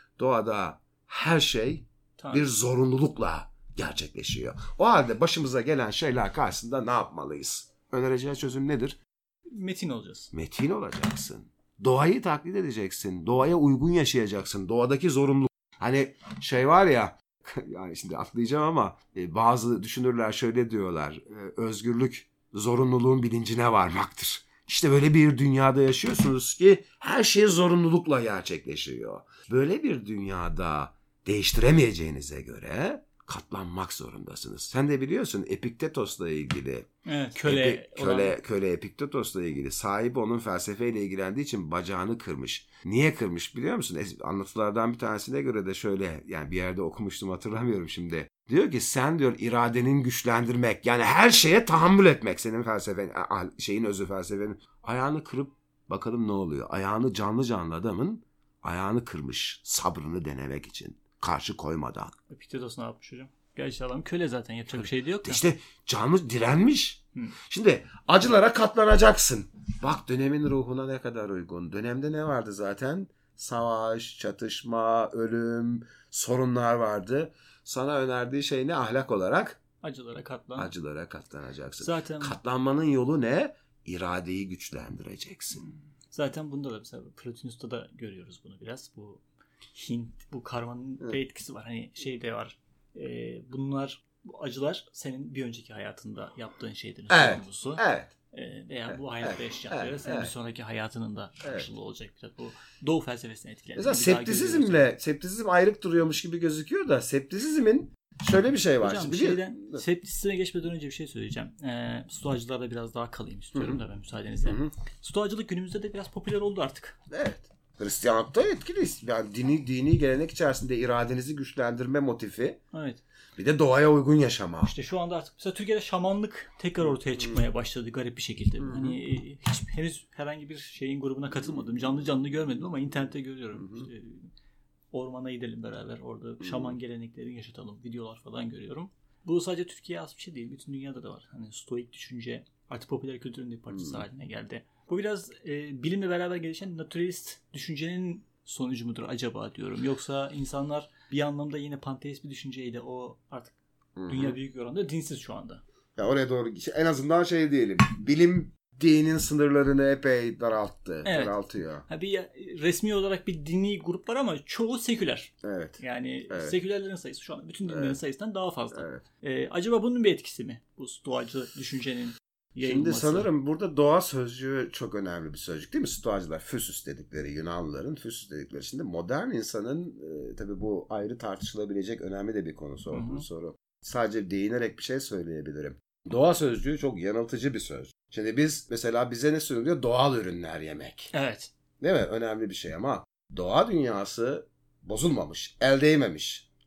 Doğada her şey Tanrı. Bir zorunlulukla gerçekleşiyor. O halde başımıza gelen şeyler karşısında ne yapmalıyız? Önereceği çözüm nedir? Metin olacağız. Metin olacaksın. Doğayı taklit edeceksin. Doğaya uygun yaşayacaksın. Doğadaki zorunluluk. Hani şey var ya, yani şimdi atlayacağım ama bazı düşünürler şöyle diyorlar. Özgürlük zorunluluğun bilincine varmaktır. İşte böyle bir dünyada yaşıyorsunuz ki her şey zorunlulukla gerçekleşiyor. Böyle bir dünyada değiştiremeyeceğinize göre katlanmak zorundasınız. Sen de biliyorsun Epiktetos'la ilgili. Evet, köle Epi, köle olan... köle Epiktetos'la ilgili. Sahibi onun felsefeyle ilgilendiği için bacağını kırmış. Niye kırmış biliyor musun? Anlatılardan bir tanesine göre de şöyle, yani bir yerde okumuştum hatırlamıyorum şimdi. Diyor ki sen diyor iradenin güçlendirmek, yani her şeye tahammül etmek senin felsefen, şeyin özü felsefenin. Ayağını kırıp bakalım ne oluyor? Ayağını canlı canlı adamın ayağını kırmış sabrını denemek için. Karşı koymadan. Epiktetos ne yapmış hocam? Gerçi adam köle zaten, yapacak bir şey de yok da. İşte canlı direnmiş. Hı. Şimdi acılara katlanacaksın. Bak dönemin ruhuna ne kadar uygun. Dönemde ne vardı zaten? Savaş, çatışma, ölüm, sorunlar vardı. Sana önerdiği şey ne ahlak olarak? Acılara katlan. Acılara katlanacaksın. Zaten katlanmanın yolu ne? İradeyi güçlendireceksin. Zaten bunda da mesela Plotinus'ta da görüyoruz bunu biraz. Bu Hint, bu karmanın evet. bir etkisi var. Hani şey de var. E, bunlar, bu acılar senin bir önceki hayatında yaptığın şeylerin evet. sorumlusu. Evet. E, veya evet. bu hayatta evet. yaşayacakları evet. senin evet. bir sonraki hayatının da karşılığı evet. olacak. Biraz bu Doğu felsefesine etkiler. Mesela septisizmle, septisizm ayrık duruyormuş gibi gözüküyor da septisizmin şöyle bir şey var. Hocam bir şeyden, septisizme geçmeden önce bir şey söyleyeceğim. E, Stoacılarda biraz daha kalayım istiyorum Hı-hı. da ben müsaadenizle. Hı-hı. Stoacılık günümüzde de biraz popüler oldu artık. Evet. Hristiyanlıkta etkili. Yani dini, dini gelenek içerisinde iradenizi güçlendirme motifi. Evet. Bir de doğaya uygun yaşama. İşte şu anda artık mesela Türkiye'de şamanlık tekrar ortaya çıkmaya başladı garip bir şekilde. Hmm. Hani hiç henüz herhangi bir şeyin grubuna katılmadım. Canlı canlı görmedim ama internette görüyorum. Hmm. İşte, ormana gidelim beraber. Orada hmm. şaman geleneklerini yaşatalım. Videolar falan görüyorum. Bu sadece Türkiye'ye az bir şey değil. Bütün dünyada da var. Hani stoik düşünce artık popüler kültürün bir parçası hmm. haline geldi. Bu biraz e, bilimle beraber gelişen naturalist düşüncenin sonucu mudur acaba diyorum. Yoksa insanlar bir anlamda yine panteist bir düşünceyle o artık Hı-hı. dünya büyük bir oranda dinsiz şu anda. Ya oraya doğru en azından şey diyelim. Bilim dinin sınırlarını epey daralttı. Evet. Daraltıyor. Ha bir resmi olarak bir dini grup var ama çoğu seküler. Evet. Yani evet. sekülerlerin sayısı şu an bütün dinlerin evet. sayısından daha fazla. Evet. Ee, acaba bunun bir etkisi mi? Bu doğacı düşüncenin yayılması. Şimdi sanırım burada doğa sözcüğü çok önemli bir sözcük değil mi? Stoacılar physis dedikleri, Yunanlıların physis dedikleri. Şimdi modern insanın e, tabii bu ayrı tartışılabilecek önemli de bir konu sorduğu soru. Sadece değinerek bir şey söyleyebilirim. Doğa sözcüğü çok yanıltıcı bir söz. Şimdi biz mesela bize ne söylüyor? Doğal ürünler yemek. Evet. Değil mi? Önemli bir şey ama doğa dünyası bozulmamış, el değmemiş.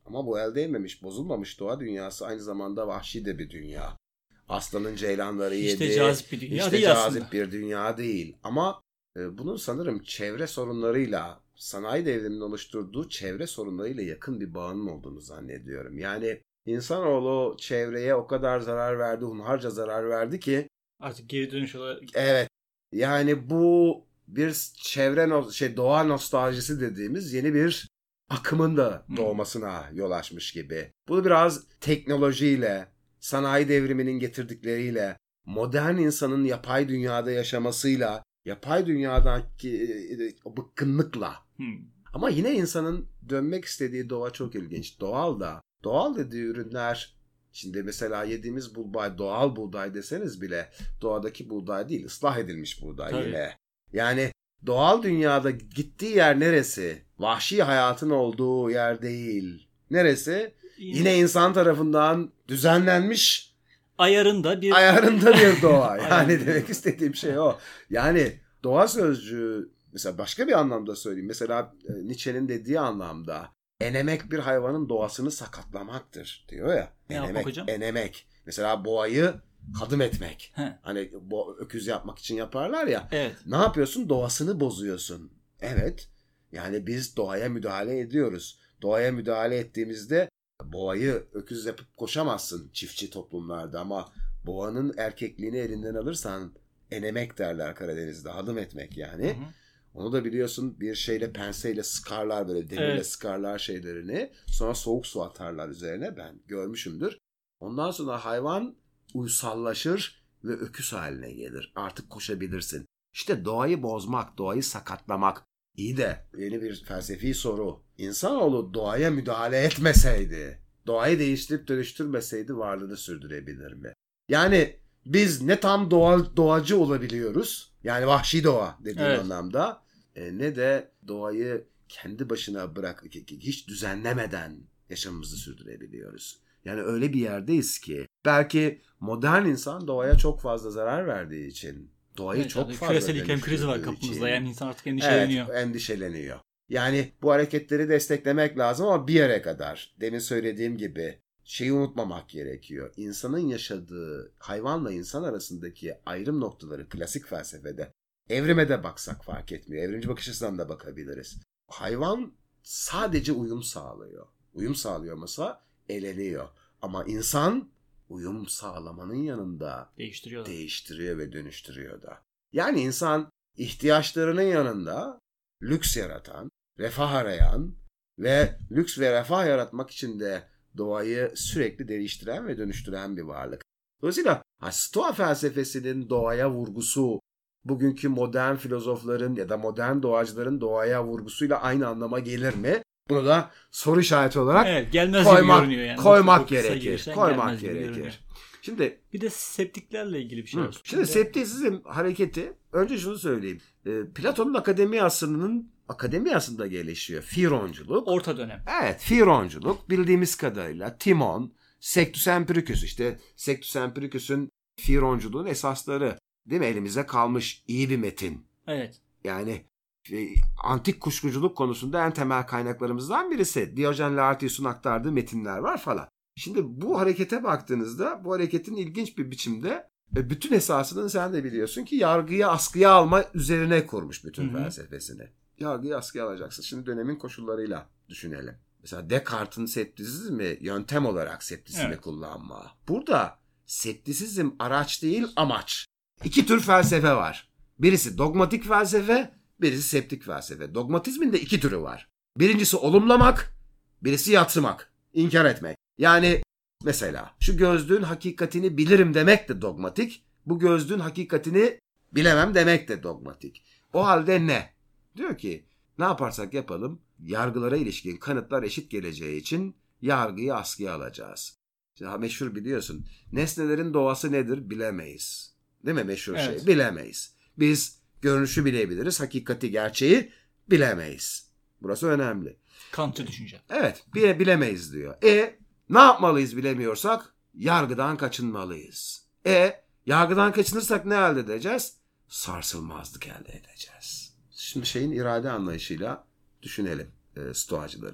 Ama bu el değmemiş, bozulmamış doğa dünyası aynı zamanda vahşi de bir dünya. Aslanın ceylanları yedi. İşte cazip bir dünya işte değil cazip aslında. bir dünya değil. Ama e, bunun sanırım çevre sorunlarıyla, sanayi devriminin oluşturduğu çevre sorunlarıyla yakın bir bağının olduğunu zannediyorum. Yani insanoğlu çevreye o kadar zarar verdi, hunharca zarar verdi ki Artık geri dönüş olarak. evet. Yani bu bir çevre no- şey doğa nostaljisi dediğimiz yeni bir akımın da doğmasına yol açmış gibi. Bunu biraz teknolojiyle, sanayi devriminin getirdikleriyle, modern insanın yapay dünyada yaşamasıyla, yapay dünyadaki o bıkkınlıkla. Hmm. Ama yine insanın dönmek istediği doğa çok ilginç. Doğal da. Doğal dediği ürünler, şimdi mesela yediğimiz buğday doğal buğday deseniz bile doğadaki buğday değil, ıslah edilmiş buğday Tabii. yine. Yani doğal dünyada gittiği yer neresi? Vahşi hayatın olduğu yer değil. Neresi? Yine, Yine insan tarafından düzenlenmiş ayarında bir ayarında bir doğa. Yani Ayarında. demek istediğim şey o. Yani doğa sözcüğü mesela başka bir anlamda söyleyeyim. Mesela Nietzsche'nin dediği anlamda enemek bir hayvanın doğasını sakatlamaktır diyor ya. Ne yapmak Enemek, hocam? enemek. Mesela boğayı hadım etmek. He. Hani bo öküz yapmak için yaparlar ya. Evet. Ne yapıyorsun? Doğasını bozuyorsun. Evet. Yani biz doğaya müdahale ediyoruz. Doğaya müdahale ettiğimizde boğayı öküz yapıp koşamazsın çiftçi toplumlarda ama boğanın erkekliğini elinden alırsan enemek derler Karadeniz'de. Hadım etmek yani. Hı hı. Onu da biliyorsun bir şeyle penseyle sıkarlar böyle demirle Evet. sıkarlar şeylerini. Sonra soğuk su atarlar üzerine ben görmüşümdür. Ondan sonra hayvan uysallaşır ve öküz haline gelir. Artık koşabilirsin. İşte doğayı bozmak, doğayı sakatlamak. İyi de yeni bir felsefi soru. İnsanoğlu doğaya müdahale etmeseydi, doğayı değiştirip dönüştürmeseydi varlığını sürdürebilir mi? Yani biz ne tam doğal doğacı olabiliyoruz. Yani vahşi doğa dediğim Evet. anlamda. E, ne de doğayı kendi başına bırak hiç düzenlemeden yaşamımızı sürdürebiliyoruz. Yani öyle bir yerdeyiz ki belki modern insan doğaya çok fazla zarar verdiği için, doğayı Evet, çok tabii. fazla Küresel iklim krizi var dönüştürdüğü kapımızda. için. Yani insan artık endişeleniyor. Evet, endişeleniyor. Yani bu hareketleri desteklemek lazım ama bir yere kadar. Demin söylediğim gibi şeyi unutmamak gerekiyor. İnsanın yaşadığı hayvanla insan arasındaki ayrım noktaları klasik felsefede, evrime de baksak fark etmiyor. Evrimci bakış açısından da bakabiliriz. Hayvan sadece uyum sağlıyor. Uyum sağlıyor mesela eleniyor. Ama insan uyum sağlamanın yanında Değiştiriyor. değiştiriyor ve dönüştürüyor da. Yani insan ihtiyaçlarının yanında lüks yaratan, refah arayan ve lüks ve refah yaratmak için de doğayı sürekli değiştiren ve dönüştüren bir varlık. Dolayısıyla Stoa felsefesinin doğaya vurgusu, bugünkü modern filozofların ya da modern doğacıların doğaya vurgusuyla aynı anlama gelir mi? Bunu da soru işareti olarak evet, gelmez koymak, gibi görünüyor yani. koymak Çok kısa gerekir. girişten Koymak gelmez gibi görünüyor. gerekir. Şimdi Bir de septiklerle ilgili bir şey Hı. var. Şimdi septisizm hareketi, önce şunu söyleyeyim. E, Platon'un akademiyasının akademiyasında gelişiyor. Fironculuk. Orta dönem. Evet, Fironculuk bildiğimiz kadarıyla Timon, Sextus Empiricus, işte Sextus Empiricus'un Fironculuğun esasları, değil mi? Elimize kalmış iyi bir metin. Evet. Yani e, antik kuşkuculuk konusunda en temel kaynaklarımızdan birisi. Diyojen Laertius'un aktardığı metinler var falan. Şimdi bu harekete baktığınızda bu hareketin ilginç bir biçimde e, bütün esasını sen de biliyorsun ki yargıyı askıya alma üzerine kurmuş bütün Hı hı. felsefesini. Yargıyı askıya alacaksın. Şimdi dönemin koşullarıyla düşünelim. Mesela Descartes'in septisizmi yöntem olarak septisizmi Evet. kullanma. Burada septisizm araç değil amaç. İki tür felsefe var. Birisi dogmatik felsefe, birisi septik felsefe. Dogmatizmin de iki türü var. Birincisi olumlamak, birisi yatsımak, inkar etmek. Yani mesela şu gözlüğün hakikatini bilirim demek de dogmatik, bu gözlüğün hakikatini bilemem demek de dogmatik. O halde ne? Diyor ki ne yaparsak yapalım yargılara ilişkin kanıtlar eşit geleceği için yargıyı askıya alacağız. Şimdi meşhur biliyorsun nesnelerin doğası nedir bilemeyiz. Değil mi meşhur Evet. şey? Bilemeyiz. Biz görünüşü bilebiliriz, hakikati, gerçeği bilemeyiz. Burası önemli. Kantçı düşünce. Evet, bile bilemeyiz diyor. E ne yapmalıyız bilemiyorsak? Yargıdan kaçınmalıyız. E yargıdan kaçınırsak ne elde edeceğiz? Sarsılmazlık elde edeceğiz. Şimdi şeyin irade anlayışıyla düşünelim e, stoacıların.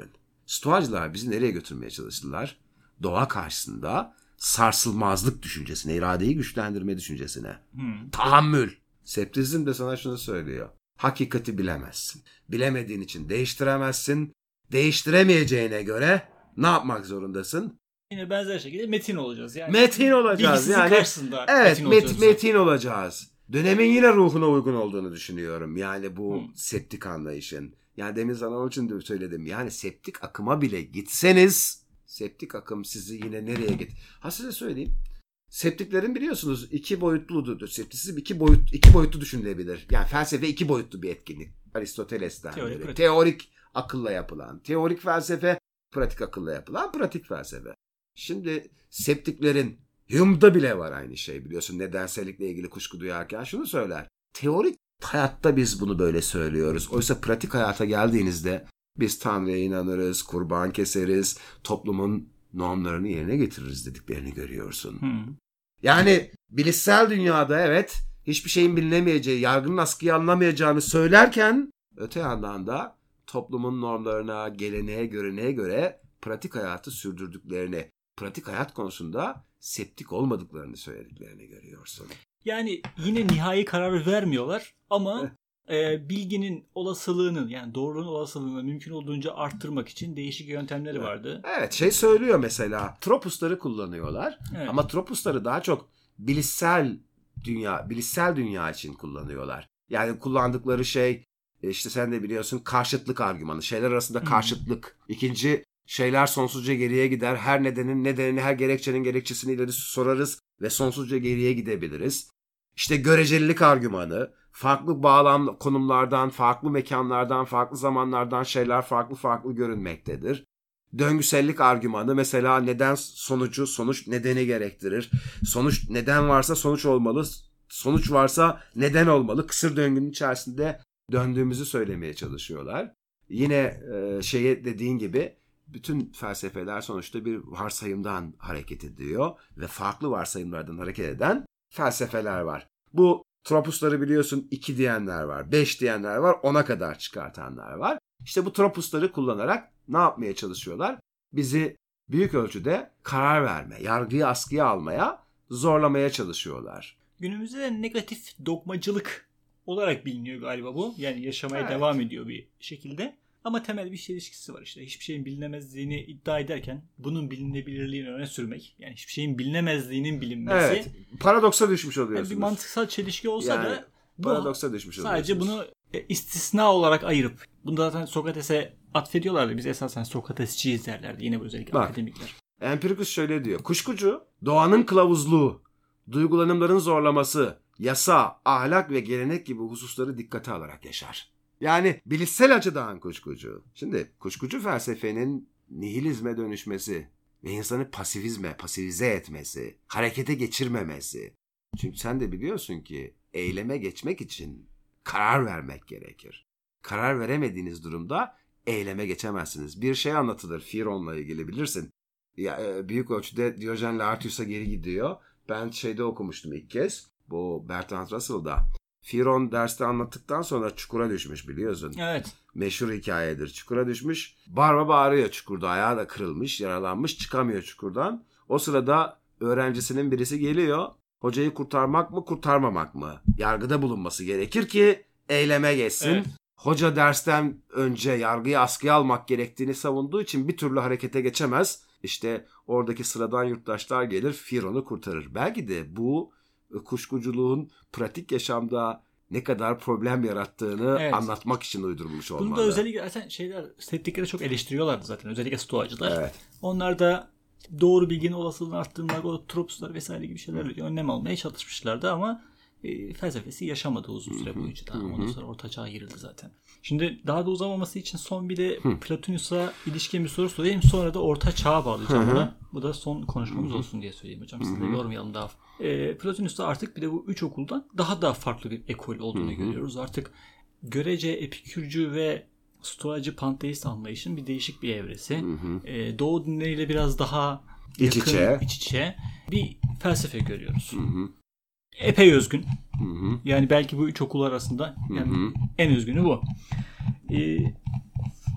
Stoacılar bizi nereye götürmeye çalıştılar? Doğa karşısında sarsılmazlık düşüncesine, iradeyi güçlendirme düşüncesine. Hmm. Tahammül. Skeptizm de sana şunu söylüyor. Hakikati bilemezsin. Bilemediğin için değiştiremezsin. Değiştiremeyeceğine göre ne yapmak zorundasın? Yine benzer şekilde metin olacağız. Yani metin olacağız. Yani karşısında evet, metin met, olacağız. metin olacağız. Dönemin yine ruhuna uygun olduğunu düşünüyorum. Yani bu hmm. septik anlayışın. Yani demin sana onun için de söyledim. Yani septik akıma bile gitseniz septik akım sizi yine nereye git? Ha size söyleyeyim. Septiklerin biliyorsunuz iki boyutludur. Septisizm iki boyut iki boyutlu düşünülebilir. Yani felsefe iki boyutlu bir etkinlik. Aristoteles'ten teorik, beri. Teorik akılla yapılan, teorik felsefe, pratik akılla yapılan pratik felsefe. Şimdi septiklerin Hume'da bile var aynı şey biliyorsun. Nedensellikle ilgili kuşku duyarken şunu söyler. Teorik hayatta biz bunu böyle söylüyoruz. Oysa pratik hayata geldiğinizde biz Tanrı'ya inanırız, kurban keseriz, toplumun normlarını yerine getiririz dediklerini görüyorsun. Hmm. Yani bilişsel dünyada evet hiçbir şeyin bilinemeyeceği, yargının askıyı anlamayacağını söylerken öte yandan da toplumun normlarına, geleneğe, göreneğe göre pratik hayatı sürdürdüklerini, pratik hayat konusunda septik olmadıklarını söylediklerini görüyorsun. Yani yine nihai kararı vermiyorlar ama e, bilginin olasılığını yani doğruluğun olasılığını mümkün olduğunca arttırmak için değişik yöntemleri vardı. Evet şey söylüyor mesela tropusları kullanıyorlar evet. Ama tropusları daha çok bilişsel dünya, bilişsel dünya için kullanıyorlar. Yani kullandıkları şey işte sen de biliyorsun karşıtlık argümanı. Şeyler arasında karşıtlık. Hmm. İkinci şeyler sonsuzca geriye gider. Her nedenin nedenini, her gerekçenin gerekçesini ileri sorarız ve sonsuzca geriye gidebiliriz. İşte görecelilik argümanı. Farklı bağlam konumlardan, farklı mekanlardan, farklı zamanlardan şeyler farklı farklı görünmektedir. Döngüsellik argümanı mesela neden sonucu, sonuç nedeni gerektirir. Sonuç neden varsa sonuç olmalı. Sonuç varsa neden olmalı. Kısır döngünün içerisinde döndüğümüzü söylemeye çalışıyorlar. Yine e, şeye dediğin gibi bütün felsefeler sonuçta bir varsayımdan hareket ediyor ve farklı varsayımlardan hareket eden felsefeler var. Bu tropusları biliyorsun iki diyenler var, beş diyenler var, ona kadar çıkartanlar var. İşte bu tropusları kullanarak ne yapmaya çalışıyorlar? Bizi büyük ölçüde karar verme, yargıyı askıya almaya zorlamaya çalışıyorlar. Günümüzde de negatif dogmacılık olarak biliniyor galiba bu. Yani yaşamaya evet. devam ediyor bir şekilde. Ama temel bir çelişkisi var işte. Hiçbir şeyin bilinemezliğini iddia ederken bunun bilinebilirliğini öne sürmek. Yani hiçbir şeyin bilinemezliğinin bilinmesi. Evet. Paradoksa düşmüş oluyorsunuz. Yani bir mantıksal çelişki olsa yani, da paradoksa düşmüş oluyorsunuz. Sadece bunu istisna olarak ayırıp bunu zaten Sokrates'e atfediyorlardı. Biz esasen Sokratesçiyiz derlerdi. Yine bu özellikle Bak, akademikler. Empirikus şöyle diyor. Kuşkucu doğanın kılavuzluğu, duygulanımların zorlaması, yasa, ahlak ve gelenek gibi hususları dikkate alarak yaşar. Yani bilişsel açıdan kuşkucu. Şimdi kuşkucu felsefenin nihilizme dönüşmesi ve insanı pasifizme, pasifize etmesi, harekete geçirmemesi. Çünkü sen de biliyorsun ki eyleme geçmek için karar vermek gerekir. Karar veremediğiniz durumda eyleme geçemezsiniz. Bir şey anlatılır Firon'la ilgili bilirsin. Ya, büyük ölçüde Diyojen Laertius'a geri gidiyor. Ben şeyde okumuştum ilk kez. Bu Bertrand Russell'da. Firon derste anlattıktan sonra çukura düşmüş biliyorsun. Evet. Meşhur hikayedir. Çukura düşmüş. Bağıra bağırıyor çukurda. Ayağı da kırılmış, yaralanmış. Çıkamıyor çukurdan. O sırada öğrencisinin birisi geliyor. Hocayı kurtarmak mı, kurtarmamak mı? Yargıda bulunması gerekir ki eyleme geçsin. Evet. Hoca dersten önce yargıyı askıya almak gerektiğini savunduğu için bir türlü harekete geçemez. İşte oradaki sıradan yurttaşlar gelir, Firon'u kurtarır. Belki de bu kuşkuculuğun pratik yaşamda ne kadar problem yarattığını evet. anlatmak için uydurulmuş olmalı. Bunu da özellikle zaten şeyler, skeptikleri çok eleştiriyorlardı zaten. Özellikle stoacılar. Evet. Onlar da doğru bilginin olasılığını arttırmak, o tropuslar vesaire gibi şeylerle önlem almaya çalışmışlardı ama e, felsefesi yaşamadı uzun süre boyunca. Daha. Ondan sonra Orta Çağ'a girildi zaten. Şimdi daha da uzamaması için son bir de Plotinus'a ilişkin bir soru sorayım. Sonra da Orta Çağ'a bağlayacağım buna. Bu da son konuşmamız olsun diye söyleyeyim hocam. Siz de yormayalım daha. E, Plotinus'ta artık bir de bu üç okuldan daha da farklı bir ekol olduğunu görüyoruz. Artık görece epikürcü ve stoacı panteist anlayışın bir değişik bir evresi. E, Doğu dinleriyle biraz daha yakın, iç içe, iç içe bir felsefe görüyoruz. Hı hı. Epey özgün. Hı hı. Yani belki bu üç okul arasında yani hı hı. en özgünü bu. Ee,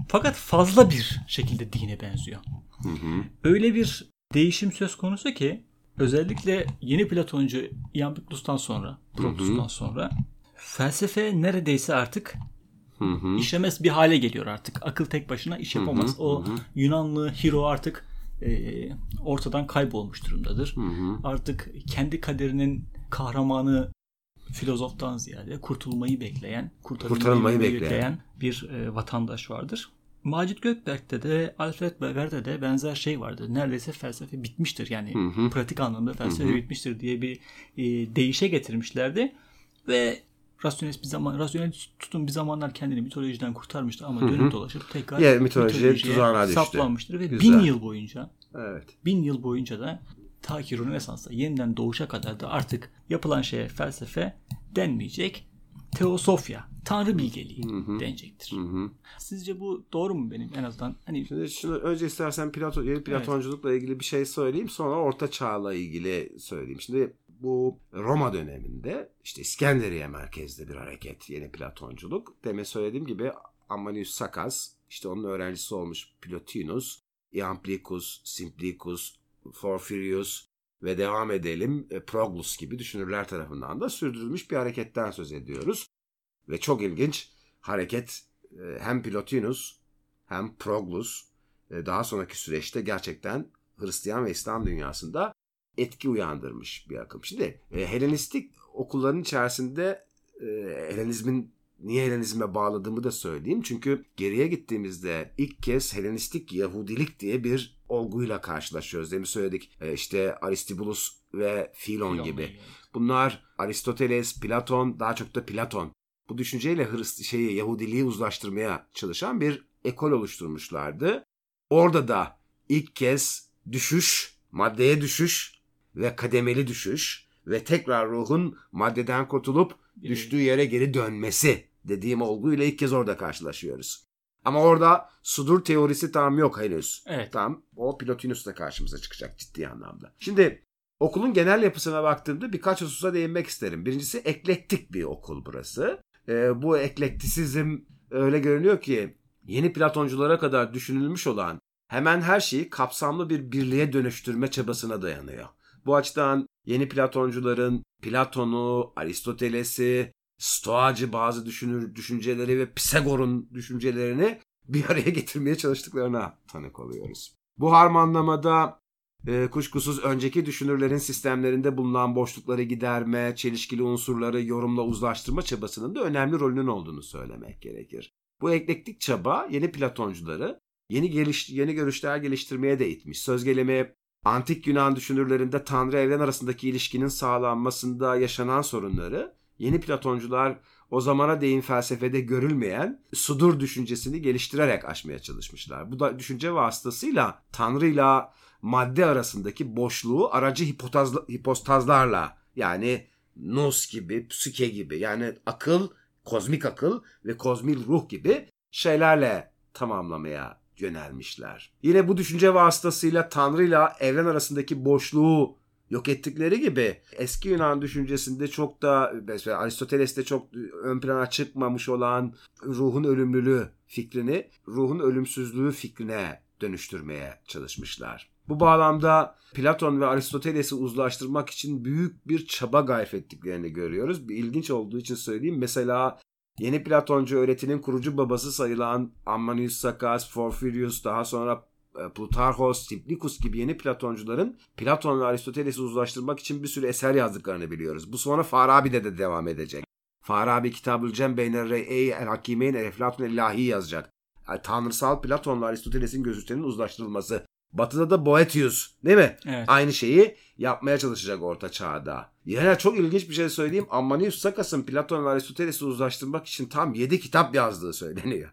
Fakat fazla bir şekilde dine benziyor. Hı hı. Öyle bir değişim söz konusu ki özellikle yeni Platoncu Iamblichus'tan sonra, Proclus'tan sonra felsefe neredeyse artık hı hı. işlemez bir hale geliyor artık. Akıl tek başına iş yapamaz. Hı hı. O hı. Yunanlı hero artık e, ortadan kaybolmuş durumdadır. Hı hı. Artık kendi kaderinin kahramanı filozoftan ziyade kurtulmayı bekleyen, kurtarılmayı bekleyen, bekleyen bir e, vatandaş vardır. Macit Gökberk'te de Alfred Weber'de de benzer şey vardır. Neredeyse felsefe bitmiştir. Yani hı hı. pratik anlamda felsefe hı hı. bitmiştir diye bir e, deyişe getirmişlerdi. Ve rasyonelist bir zaman, rasyonelist tutun bir zamanlar kendini mitolojiden kurtarmıştı ama dönüp hı hı. dolaşıp tekrar yeah, mitolojiye tuzağına düştü. Saplanmıştır ve Güzel. bin yıl boyunca evet. bin yıl boyunca da ta ki Rönesans'ta yeniden doğuşa kadar da artık yapılan şeye felsefe denmeyecek. Teosofya, tanrı bilgeliği hı hı. denecektir. Hı hı. Sizce bu doğru mu benim en azından? Hani Şimdi şunu önce istersen Platon, yeni Platonculukla evet. ilgili bir şey söyleyeyim. Sonra Orta Çağ'la ilgili söyleyeyim. Şimdi bu Roma döneminde işte İskenderiye merkezli bir hareket yeni Platonculuk. Demin söylediğim gibi Ammanius Sakas, işte onun öğrencisi olmuş Plotinus, Iamblichus, Simplicus, Porphyrius ve devam edelim Proglus gibi düşünürler tarafından da sürdürülmüş bir hareketten söz ediyoruz. Ve çok ilginç hareket hem Plotinus hem Proglus daha sonraki süreçte gerçekten Hristiyan ve İslam dünyasında etki uyandırmış bir akım. Şimdi Helenistik okulların içerisinde Helenizmin niye Helenizme bağladığımı da söyleyeyim. Çünkü geriye gittiğimizde ilk kez Helenistik Yahudilik diye bir olguyla karşılaşıyoruz. Demin söyledik işte Aristobulus ve Filon, Filon gibi. Yani. Bunlar Aristoteles, Platon, daha çok da Platon. Bu düşünceyle Hrist şeyi Yahudiliği uzlaştırmaya çalışan bir ekol oluşturmuşlardı. Orada da ilk kez düşüş, maddeye düşüş ve kademeli düşüş ve tekrar ruhun maddeden kurtulup düştüğü yere geri dönmesi dediğim olguyla ilk kez orada karşılaşıyoruz. Ama orada sudur teorisi tam yok henüz. Evet. Tam o Plotinus da karşımıza çıkacak ciddi anlamda. Şimdi okulun genel yapısına baktığımda birkaç hususa değinmek isterim. Birincisi eklektik bir okul burası. Ee, bu eklektisizm öyle görünüyor ki yeni Platonculara kadar düşünülmüş olan hemen her şeyi kapsamlı bir birliğe dönüştürme çabasına dayanıyor. Bu açıdan yeni Platoncuların Platon'u, Aristoteles'i, Stoacı bazı düşünür düşünceleri ve Pisagor'un düşüncelerini bir araya getirmeye çalıştıklarına tanık oluyoruz. Bu harmanlamada e, kuşkusuz önceki düşünürlerin sistemlerinde bulunan boşlukları giderme, çelişkili unsurları yorumla uzlaştırma çabasının da önemli rolünün olduğunu söylemek gerekir. Bu eklektik çaba yeni Platoncuları yeni geliş, yeni görüşler geliştirmeye de itmiş. Söz gelimi antik Yunan düşünürlerinde Tanrı evren arasındaki ilişkinin sağlanmasında yaşanan sorunları yeni Platoncular o zamana değin felsefede görülmeyen sudur düşüncesini geliştirerek aşmaya çalışmışlar. Bu da düşünce vasıtasıyla Tanrı'yla madde arasındaki boşluğu aracı hipotazla, hipostazlarla yani nous gibi, psike gibi yani akıl, kozmik akıl ve kozmik ruh gibi şeylerle tamamlamaya yönelmişler. Yine bu düşünce vasıtasıyla Tanrı'yla evren arasındaki boşluğu yok ettikleri gibi eski Yunan düşüncesinde çok da mesela Aristoteles'te çok ön plana çıkmamış olan ruhun ölümlülüğü fikrini ruhun ölümsüzlüğü fikrine dönüştürmeye çalışmışlar. Bu bağlamda Platon ve Aristoteles'i uzlaştırmak için büyük bir çaba gayret ettiklerini görüyoruz. Bir ilginç olduğu için söyleyeyim. Mesela yeni Platoncu öğretinin kurucu babası sayılan Ammanius Sakas, Porphyrius, daha sonra Plutarchos, Simplicus gibi yeni Platoncuların Platon ve Aristoteles'i uzlaştırmak için bir sürü eser yazdıklarını biliyoruz. Bu sonra Farabi'de de devam edecek. Farabi Kitab-ül Cem Beyner Re'ey El Hakimeyn El Eflatun El Ilahi yazacak. Yani tanrısal Platon ve Aristoteles'in gözütlerinin uzlaştırılması. Batı'da da Boethius değil mi? Evet. Aynı şeyi yapmaya çalışacak Orta Çağ'da. Yani çok ilginç bir şey söyleyeyim. Ammanius Sakas'ın Platon ve Aristoteles'i uzlaştırmak için tam yedi kitap yazdığı söyleniyor.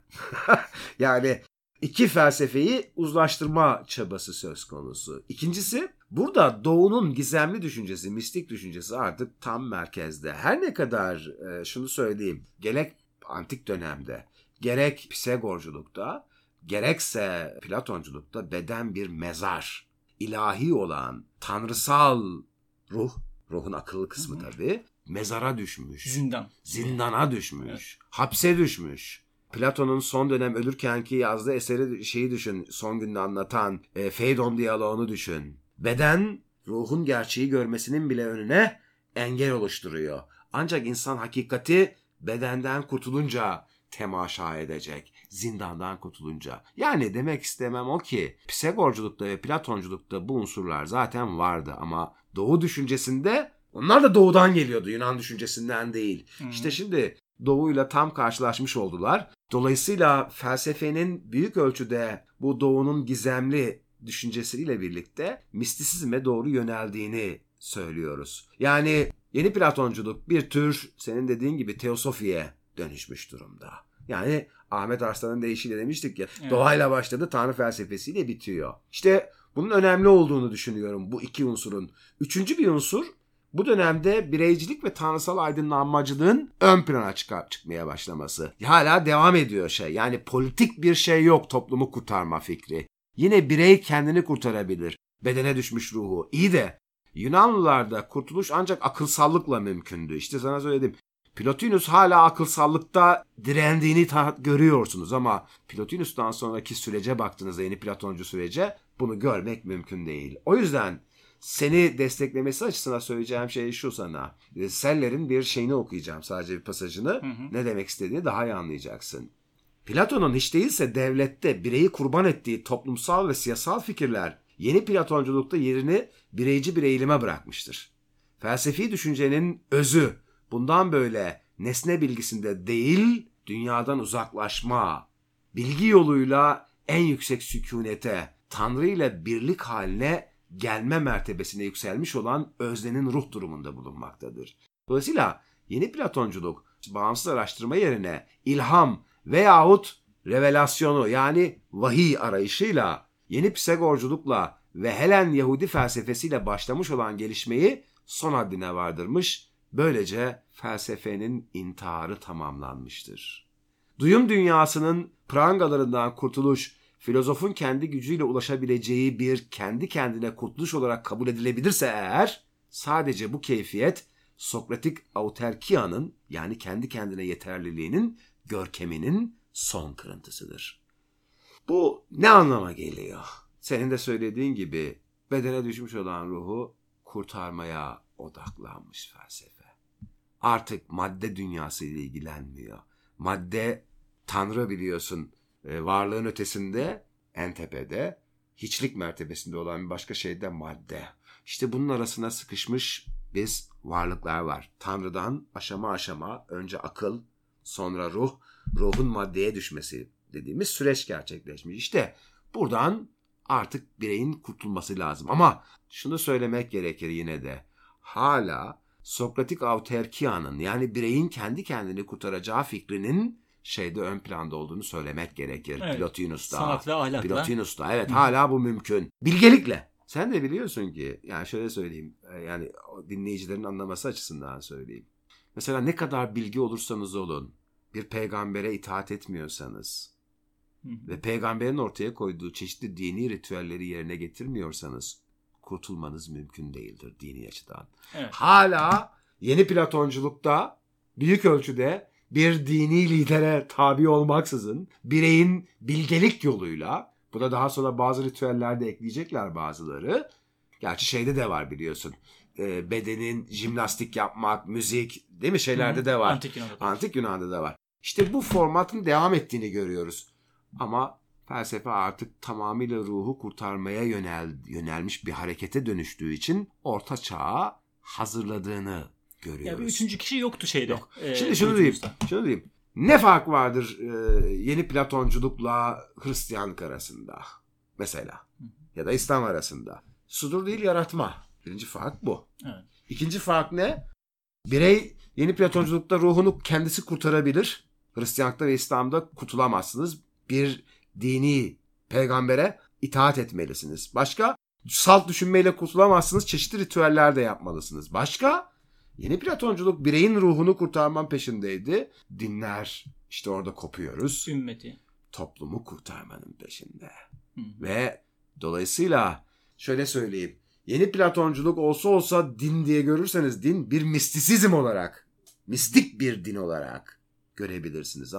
Yani iki felsefeyi uzlaştırma çabası söz konusu. İkincisi, burada Doğu'nun gizemli düşüncesi, mistik düşüncesi artık tam merkezde. Her ne kadar e, şunu söyleyeyim, gerek antik dönemde, gerek Pisagorculukta, gerekse Platonculukta beden bir mezar, ilahi olan tanrısal ruh, ruhun akıllı kısmı tabii, mezara düşmüş. Zindan. Zindana düşmüş. Evet. Hapse düşmüş. Platon'un son dönem ölürkenki yazdığı eseri şeyi düşün. Son gününü anlatan e, Phaedon diyaloğunu düşün. Beden ruhun gerçeği görmesinin bile önüne engel oluşturuyor. Ancak insan hakikati bedenden kurtulunca temaşa edecek. Zindandan kurtulunca. Yani demek istemem o ki Pisagorculukta ve Platonculukta bu unsurlar zaten vardı ama Doğu düşüncesinde onlar da Doğu'dan geliyordu. Yunan düşüncesinden değil. Hmm. İşte şimdi Doğu'yla tam karşılaşmış oldular. Dolayısıyla felsefenin büyük ölçüde bu Doğu'nun gizemli düşüncesiyle birlikte mistisizme doğru yöneldiğini söylüyoruz. Yani yeni Platonculuk bir tür senin dediğin gibi teosofiye dönüşmüş durumda. Yani Ahmet Arslan'ın deyişiyle demiştik ya, evet. Doğayla başladı, Tanrı felsefesiyle bitiyor. İşte bunun önemli olduğunu düşünüyorum bu iki unsurun. Üçüncü bir unsur bu dönemde bireycilik ve tanrısal aydınlanmacılığın ön plana çıkar, çıkmaya başlaması. Hala devam ediyor şey. Yani politik bir şey yok, toplumu kurtarma fikri. Yine birey kendini kurtarabilir. Bedene düşmüş ruhu. İyi de Yunanlılarda kurtuluş ancak akılsallıkla mümkündü. İşte sana söyledim. Plotinus hala akılsallıkta direndiğini ta- görüyorsunuz ama Plotinus'tan sonraki sürece baktığınızda, yeni Platoncu sürece, bunu görmek mümkün değil. O yüzden seni desteklemesi açısından söyleyeceğim şey şu sana. Seller'in bir şeyini okuyacağım, sadece bir pasajını. Hı hı. Ne demek istediğini daha iyi anlayacaksın. Platon'un hiç değilse devlette bireyi kurban ettiği toplumsal ve siyasal fikirler yeni Platonculukta yerini bireyci bir eğilime bırakmıştır. Felsefi düşüncenin özü bundan böyle nesne bilgisinde değil, dünyadan uzaklaşma, bilgi yoluyla en yüksek sükunete, Tanrı ile birlik haline gelme mertebesine yükselmiş olan öznenin ruh durumunda bulunmaktadır. Dolayısıyla yeni Platonculuk bağımsız araştırma yerine ilham veyahut revelasyonu yani vahiy arayışıyla, yeni Pisagorculukla ve Helen Yahudi felsefesiyle başlamış olan gelişmeyi son haddine vardırmış. Böylece felsefenin intiharı tamamlanmıştır. Duyum dünyasının prangalarından kurtuluş, filozofun kendi gücüyle ulaşabileceği bir kendi kendine kurtuluş olarak kabul edilebilirse eğer, sadece bu keyfiyet Sokratik auterkianın yani kendi kendine yeterliliğinin görkeminin son kırıntısıdır. Bu ne anlama geliyor? Senin de söylediğin gibi bedene düşmüş olan ruhu kurtarmaya odaklanmış felsefe. Artık madde dünyası ile ilgilenmiyor. Madde Tanrı biliyorsun, varlığın ötesinde, en tepede, hiçlik mertebesinde olan bir başka şey de madde. İşte bunun arasına sıkışmış biz varlıklar var. Tanrı'dan aşama aşama önce akıl, sonra ruh, ruhun maddeye düşmesi dediğimiz süreç gerçekleşmiş. İşte buradan artık bireyin kurtulması lazım. Ama şunu söylemek gerekir yine de. Hala Sokratik auterkianın yani bireyin kendi kendini kurtaracağı fikrinin şeyde ön planda olduğunu söylemek gerekir. Evet. Plotinus'ta. Sanat ve ahlakla. Plotinus'ta. Evet, Hı. hala bu mümkün. Bilgelikle. Sen de biliyorsun ki, yani şöyle söyleyeyim, yani dinleyicilerin anlaması açısından söyleyeyim. Mesela ne kadar bilgi olursanız olun, bir peygambere itaat etmiyorsanız Hı. ve peygamberin ortaya koyduğu çeşitli dini ritüelleri yerine getirmiyorsanız kurtulmanız mümkün değildir dini açıdan. Evet. Hala yeni Platonculukta büyük ölçüde bir dini lidere tabi olmaksızın bireyin bilgelik yoluyla, bu da daha sonra bazı ritüellerde ekleyecekler bazıları. Gerçi şeyde de var biliyorsun. E, bedenin jimnastik yapmak, müzik değil mi şeylerde Hı-hı. de var. Antik Yunan'da. Antik Yunan'da da var. İşte bu formatın devam ettiğini görüyoruz. Ama felsefe artık tamamıyla ruhu kurtarmaya yönel, yönelmiş bir harekete dönüştüğü için orta çağa hazırladığını görüyoruz. Ya bir üçüncü kişi yoktu şeyde. Yok. Ee, Şimdi şunu diyeyim. Şunu diyeyim. Ne fark vardır e, yeni Platonculukla Hristiyanlık arasında? Mesela. Ya da İslam arasında. Sudur değil, yaratma. Birinci fark bu. Evet. İkinci fark ne? Birey yeni Platonculukta ruhunu kendisi kurtarabilir. Hristiyanlıkta ve İslam'da kurtulamazsınız. Bir dini peygambere itaat etmelisiniz. Başka? Salt düşünmeyle kurtulamazsınız. Çeşitli ritüeller de yapmalısınız. Başka? Yeni Platonculuk bireyin ruhunu kurtarman peşindeydi. Dinler işte orada kopuyoruz. Ümmeti. Toplumu kurtarmanın peşinde. Hı. Ve dolayısıyla şöyle söyleyeyim. Yeni Platonculuk olsa olsa din diye görürseniz din bir mistisizm olarak, mistik bir din olarak görebilirsiniz. Ama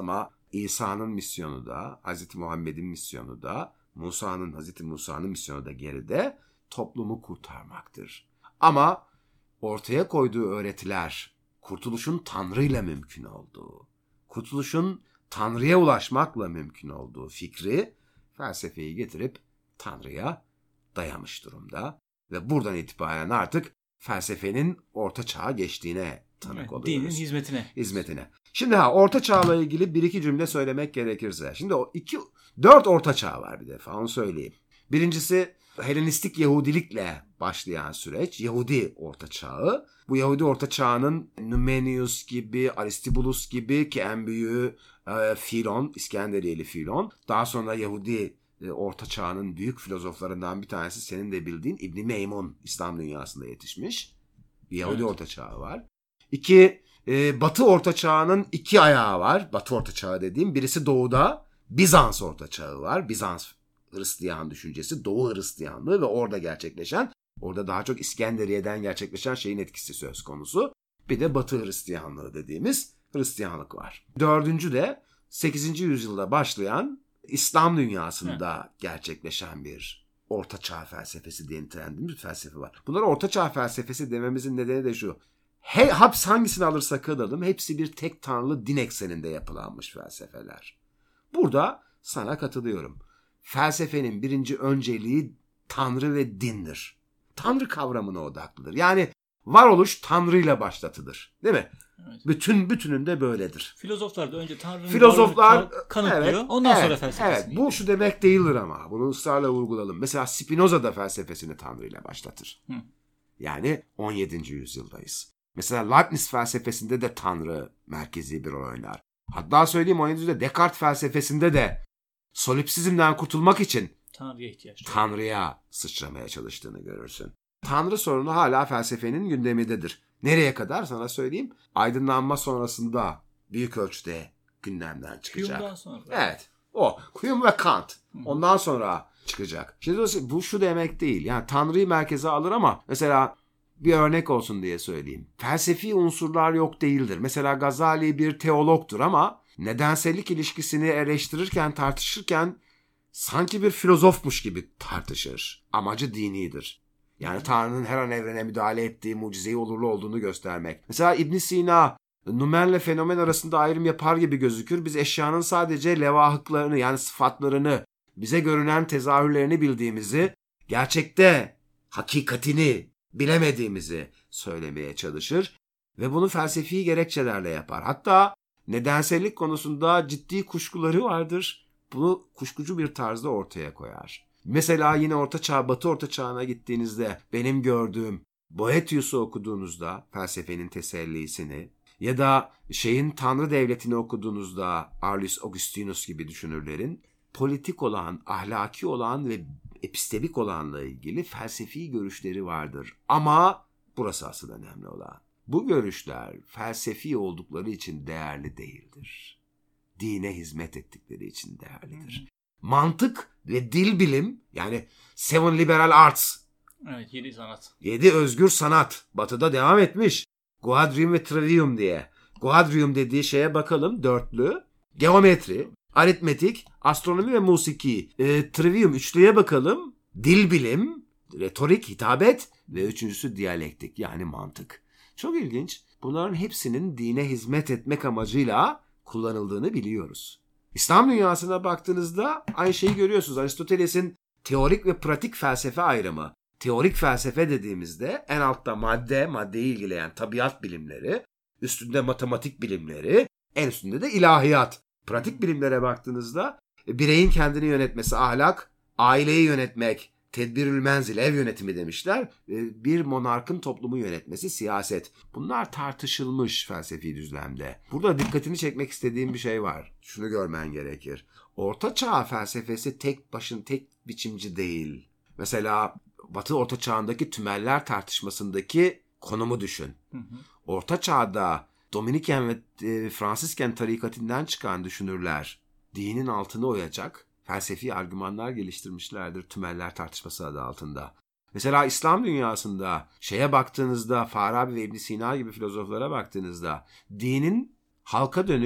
İsa'nın misyonu da, Hazreti Muhammed'in misyonu da, Musa'nın, Hazreti Musa'nın misyonu da geride, toplumu kurtarmaktır. Ama ortaya koyduğu öğretiler, kurtuluşun Tanrı'yla mümkün olduğu, kurtuluşun Tanrı'ya ulaşmakla mümkün olduğu fikri, felsefeyi getirip Tanrı'ya dayamış durumda. Ve buradan itibaren artık felsefenin orta çağa geçtiğine tanık evet, oluyoruz. Dinin hizmetine. Hizmetine. Şimdi ha orta çağla ilgili bir iki cümle söylemek gerekirse. Şimdi o iki, dört orta çağ var bir defa, onu söyleyeyim. Birincisi Helenistik Yahudilikle başlayan süreç. Yahudi orta çağı. Bu Yahudi orta çağının Numenius gibi, Aristobulus gibi ki en büyüğü e, Filon, İskenderiyeli Filon. Daha sonra Yahudi e, orta çağının büyük filozoflarından bir tanesi senin de bildiğin İbn Meymun, İslam dünyasında yetişmiş. Bir Yahudi evet. orta çağı var. İki, e, Batı orta çağının iki ayağı var. Batı orta çağı dediğim, birisi doğuda Bizans orta çağı var. Bizans Hristiyan düşüncesi, Doğu Hristiyanlığı ve orada gerçekleşen, orada daha çok İskenderiye'den gerçekleşen şeyin etkisi söz konusu. Bir de Batı Hristiyanlığı dediğimiz Hristiyanlık var. Dördüncü de sekizinci yüzyılda başlayan İslam dünyasında Hı. gerçekleşen bir Orta Çağ felsefesi diye nitelendiğimiz bir felsefe var. Bunlara Orta Çağ felsefesi dememizin nedeni de şu. He, haps hangisini alırsak alalım, hepsi bir tek tanrılı din ekseninde yapılanmış felsefeler. Burada sana katılıyorum. Felsefenin birinci önceliği Tanrı ve dindir. Tanrı kavramına odaklıdır. Yani varoluş Tanrı'yla başlatılır. Değil mi? Evet. Bütün bütününde böyledir. Filozoflar da önce Tanrı'nın Filozoflar ka- kanıtlıyor. Evet, ondan evet, sonra felsefesini. Evet, bu şu demek değildir ama. Bunu ısrarla vurgulayalım. Mesela Spinoza da felsefesini Tanrı'yla başlatır. Hı. Yani on yedinci yüzyıldayız. Mesela Leibniz felsefesinde de Tanrı merkezi bir rol oynar. Hatta söyleyeyim on yedinci yüzyılda Descartes felsefesinde de solipsizmden kurtulmak için Tanrı'ya ihtiyaç var. Tanrı'ya sıçramaya çalıştığını görürsün. Tanrı sorunu hala felsefenin gündemindedir. Nereye kadar sana söyleyeyim? Aydınlanma sonrasında büyük ölçüde gündemden çıkacak. Hume'dan sonra. Evet. O. Hume ve Kant. Ondan sonra çıkacak. Şimdi bu şu demek değil. Yani Tanrı'yı merkeze alır ama mesela bir örnek olsun diye söyleyeyim. Felsefi unsurlar yok değildir. Mesela Gazali bir teologtur ama nedensellik ilişkisini eleştirirken, tartışırken sanki bir filozofmuş gibi tartışır. Amacı dinidir. Yani Tanrı'nın her an evrene müdahale ettiği, mucizeyi olurlu olduğunu göstermek. Mesela İbn Sina, numenle fenomen arasında ayrım yapar gibi gözükür. Biz eşyanın sadece levahıklarını, yani sıfatlarını, bize görünen tezahürlerini bildiğimizi, gerçekte hakikatini bilemediğimizi söylemeye çalışır. Ve bunu felsefi gerekçelerle yapar. Hatta nedensellik konusunda ciddi kuşkuları vardır. Bunu kuşkucu bir tarzda ortaya koyar. Mesela yine Orta Çağ, Batı Orta Çağ'ına gittiğinizde benim gördüğüm Boethius'u okuduğunuzda felsefenin tesellisini ya da şeyin Tanrı Devleti'ni okuduğunuzda Aurelius Augustinus gibi düşünürlerin politik olan, ahlaki olan ve epistemik olanla ilgili felsefi görüşleri vardır. Ama burası asıl önemli olan. Bu görüşler felsefi oldukları için değerli değildir. Dine hizmet ettikleri için değerlidir. Hmm. Mantık ve dil bilim, yani Seven Liberal Arts. Evet, yedi sanat. Yedi özgür sanat. Batı'da devam etmiş. Quadrium ve Trivium diye. Quadrium dediği şeye bakalım. Dörtlü. Geometri, aritmetik, astronomi ve musiki. E, trivium üçlüye bakalım. Dil bilim, retorik, hitabet ve üçüncüsü diyalektik, yani mantık. Çok ilginç. Bunların hepsinin dine hizmet etmek amacıyla kullanıldığını biliyoruz. İslam dünyasına baktığınızda aynı şeyi görüyorsunuz. Aristoteles'in teorik ve pratik felsefe ayrımı. Teorik felsefe dediğimizde en altta madde, maddeyi ilgileyen tabiat bilimleri, üstünde matematik bilimleri, en üstünde de ilahiyat. Pratik bilimlere baktığınızda bireyin kendini yönetmesi, ahlak, aileyi yönetmek, tedbirül menzil, ev yönetimi demişler. Bir monarkın toplumu yönetmesi, siyaset. Bunlar tartışılmış felsefi düzlemde. Burada dikkatini çekmek istediğim bir şey var. Şunu görmen gerekir. Orta Çağ felsefesi tek başın tek biçimci değil. Mesela Batı Orta Çağ'ındaki tümeller tartışmasındaki konumu düşün. Hı hı. Orta Çağ'da Dominiken ve e, Fransisken tarikatinden çıkan düşünürler dinin altını oyacak felsefi argümanlar geliştirmişlerdir tümeller tartışması adı altında. Mesela İslam dünyasında şeye baktığınızda, Farabi ve İbn Sina gibi filozoflara baktığınızda dinin halka dönük,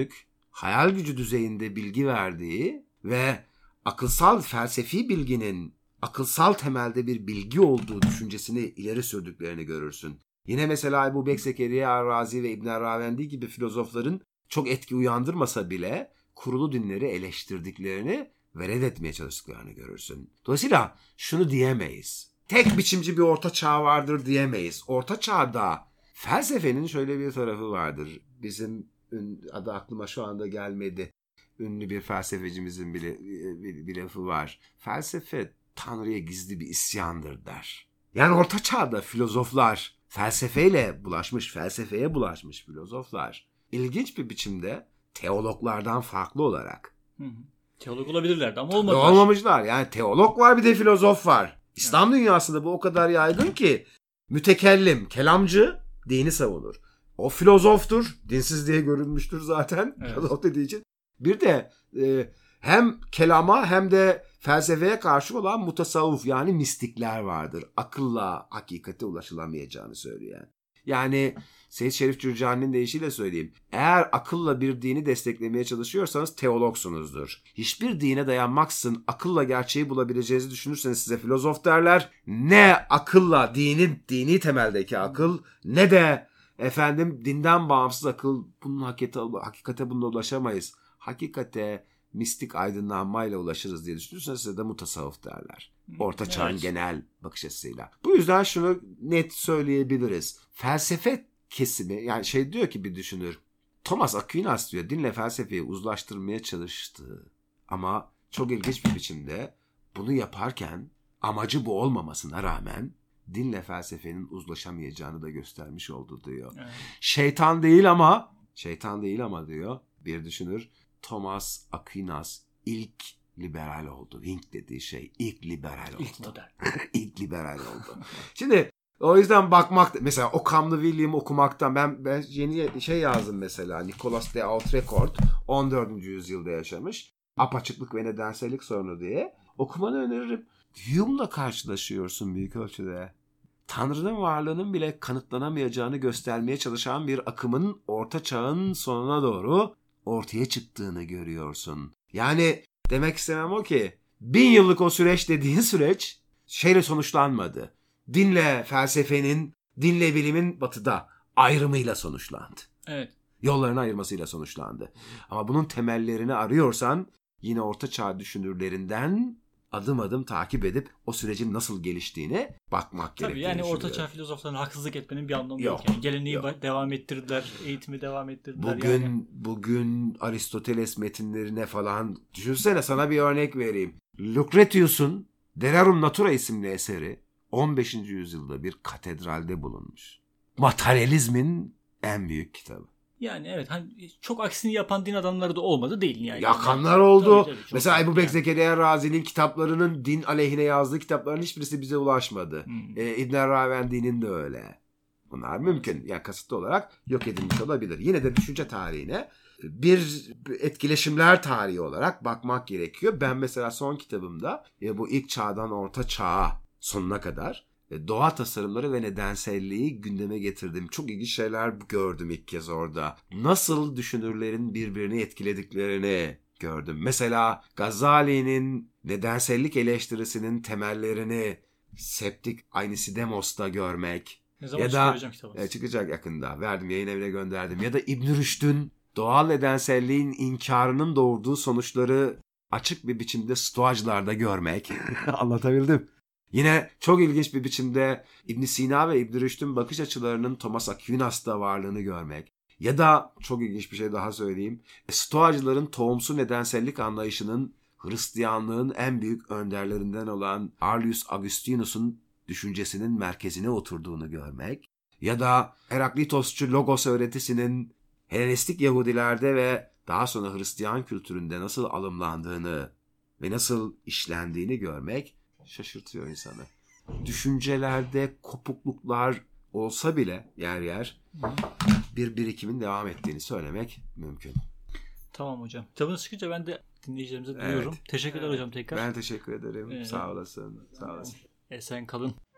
hayal gücü düzeyinde bilgi verdiği ve akılsal felsefi bilginin akılsal temelde bir bilgi olduğu düşüncesini ileri sürdüklerini görürsün. Yine mesela Ebu Bekir Zekeriya Razi ve İbn Aravendi gibi filozofların çok etki uyandırmasa bile kurulu dinleri eleştirdiklerini ve reddetmeye çalıştıklarını görürsün. Dolayısıyla şunu diyemeyiz. Tek biçimci bir orta çağ vardır diyemeyiz. Orta çağda felsefenin şöyle bir tarafı vardır. Bizim adı aklıma şu anda gelmedi. Ünlü bir felsefecimizin bile bir, bir lafı var. Felsefe Tanrı'ya gizli bir isyandır der. Yani orta çağda filozoflar, felsefeyle bulaşmış, felsefeye bulaşmış filozoflar ilginç bir biçimde teologlardan farklı olarak. Hı hı. Teolog olabilirlerdi ama olmadılar. Olmamışlar. Yani teolog var, bir de filozof var. İslam evet. Dünyasında bu o kadar yaygın ki mütekellim, kelamcı dini savunur. O filozoftur. Dinsiz diye görülmüştür zaten. Evet. Filozof dediği için. Bir de e, hem kelama hem de felsefeye karşı olan mutasavvuf yani mistikler vardır. Akılla hakikate ulaşılamayacağını söyleyen. Yani Seyyid Şerif Cürcani'nin deyişiyle söyleyeyim. Eğer akılla bir dini desteklemeye çalışıyorsanız teologsunuzdur. Hiçbir dine dayanmaksızın akılla gerçeği bulabileceğinizi düşünürseniz size filozof derler. Ne akılla dinin dini temeldeki akıl ne de efendim dinden bağımsız akıl bunun hakikate, hakikate bununla ulaşamayız. Hakikate mistik aydınlanmayla ulaşırız diye düşünürseniz size de mutasavvuf derler. Orta çağın evet. genel bakış açısıyla. Bu yüzden şunu net söyleyebiliriz. Felsefe kesimi yani şey diyor ki bir düşünür. Thomas Aquinas diyor dinle felsefeyi uzlaştırmaya çalıştı. Ama çok ilginç bir biçimde bunu yaparken amacı bu olmamasına rağmen dinle felsefenin uzlaşamayacağını da göstermiş oldu diyor. Evet. Şeytan değil ama şeytan değil ama diyor bir düşünür. Thomas Aquinas ilk liberal oldu. Wink dediği şey ilk liberal oldu. İlk modern. ilk liberal oldu. Şimdi o yüzden bakmak mesela Occam'lı William okumaktan ben, ben yeni şey yazdım mesela. Nicolas de Autrecourt on dördüncü yüzyılda yaşamış. Apaçıklık ve nedensellik sorunu diye. Okumanı öneririm. Hume'la karşılaşıyorsun büyük ölçüde. Tanrı'nın varlığının bile kanıtlanamayacağını göstermeye çalışan bir akımın orta çağın sonuna doğru ortaya çıktığını görüyorsun. Yani demek istemem o ki bin yıllık o süreç dediğin süreç şeyle sonuçlanmadı. Dinle felsefenin, dinle bilimin batıda ayrımıyla sonuçlandı. Evet. Yollarını ayırmasıyla sonuçlandı. Ama bunun temellerini arıyorsan yine orta çağ düşünürlerinden adım adım takip edip o sürecin nasıl geliştiğine bakmak gerektiğini düşünüyorum. Tabii yani orta çağ filozoflarına haksızlık etmenin bir anlamı yok. yok. Yani geleneği yok. devam ettirdiler, eğitimi devam ettirdiler. Bugün yani. bugün Aristoteles metinlerine falan düşünsene sana bir örnek vereyim. Lucretius'un De Rerum Natura isimli eseri on beşinci yüzyılda bir katedralde bulunmuş. Materyalizmin en büyük kitabı. Yani evet hani çok aksini yapan din adamları da olmadı değil yani. Yakanlar oldu. Tabii, tabii, Mesela Ebu Bekir yani. Zekeriya Razi'nin kitaplarının din aleyhine yazdığı kitapların hiçbirisi bize ulaşmadı. Hmm. Ee, İbn Aravendi'nin de öyle. Bunlar mümkün. Yani kasıtlı olarak yok edilmiş olabilir. Yine de düşünce tarihine bir etkileşimler tarihi olarak bakmak gerekiyor. Ben mesela son kitabımda e, bu ilk çağdan orta çağa sonuna kadar doğa tasarımları ve nedenselliği gündeme getirdim. Çok ilginç şeyler gördüm ilk kez orada. Nasıl düşünürlerin birbirini etkilediklerini gördüm. Mesela Gazali'nin nedensellik eleştirisinin temellerini Septik Aynisidemos'ta görmek. Ne zaman ya da e, çıkacak yakında. Verdim, yayın evine gönderdim. Ya da İbn Rüşd'ün doğal nedenselliğin inkarının doğurduğu sonuçları açık bir biçimde stoacılarda görmek. Anlatabildim. Yine çok ilginç bir biçimde İbn Sina ve İbn Rüşd'ün bakış açılarının Thomas Aquinas'ta varlığını görmek. Ya da çok ilginç bir şey daha söyleyeyim. Stoacıların tohumsu nedensellik anlayışının Hristiyanlığın en büyük önderlerinden olan Aulus Augustinus'un düşüncesinin merkezine oturduğunu görmek. Ya da Heraklitosçu Logos öğretisinin Helenistik Yahudilerde ve daha sonra Hristiyan kültüründe nasıl alımlandığını ve nasıl işlendiğini görmek şaşırtıyor insanı. Düşüncelerde kopukluklar olsa bile yer yer bir birikimin devam ettiğini söylemek mümkün. Tamam hocam. Kitabınız çıkınca ben de dinleyicilerimize duyuyorum. Evet. Teşekkürler evet. hocam tekrar. Ben teşekkür ederim. Evet. Sağ olasın. Sağ olasın. Esen kalın.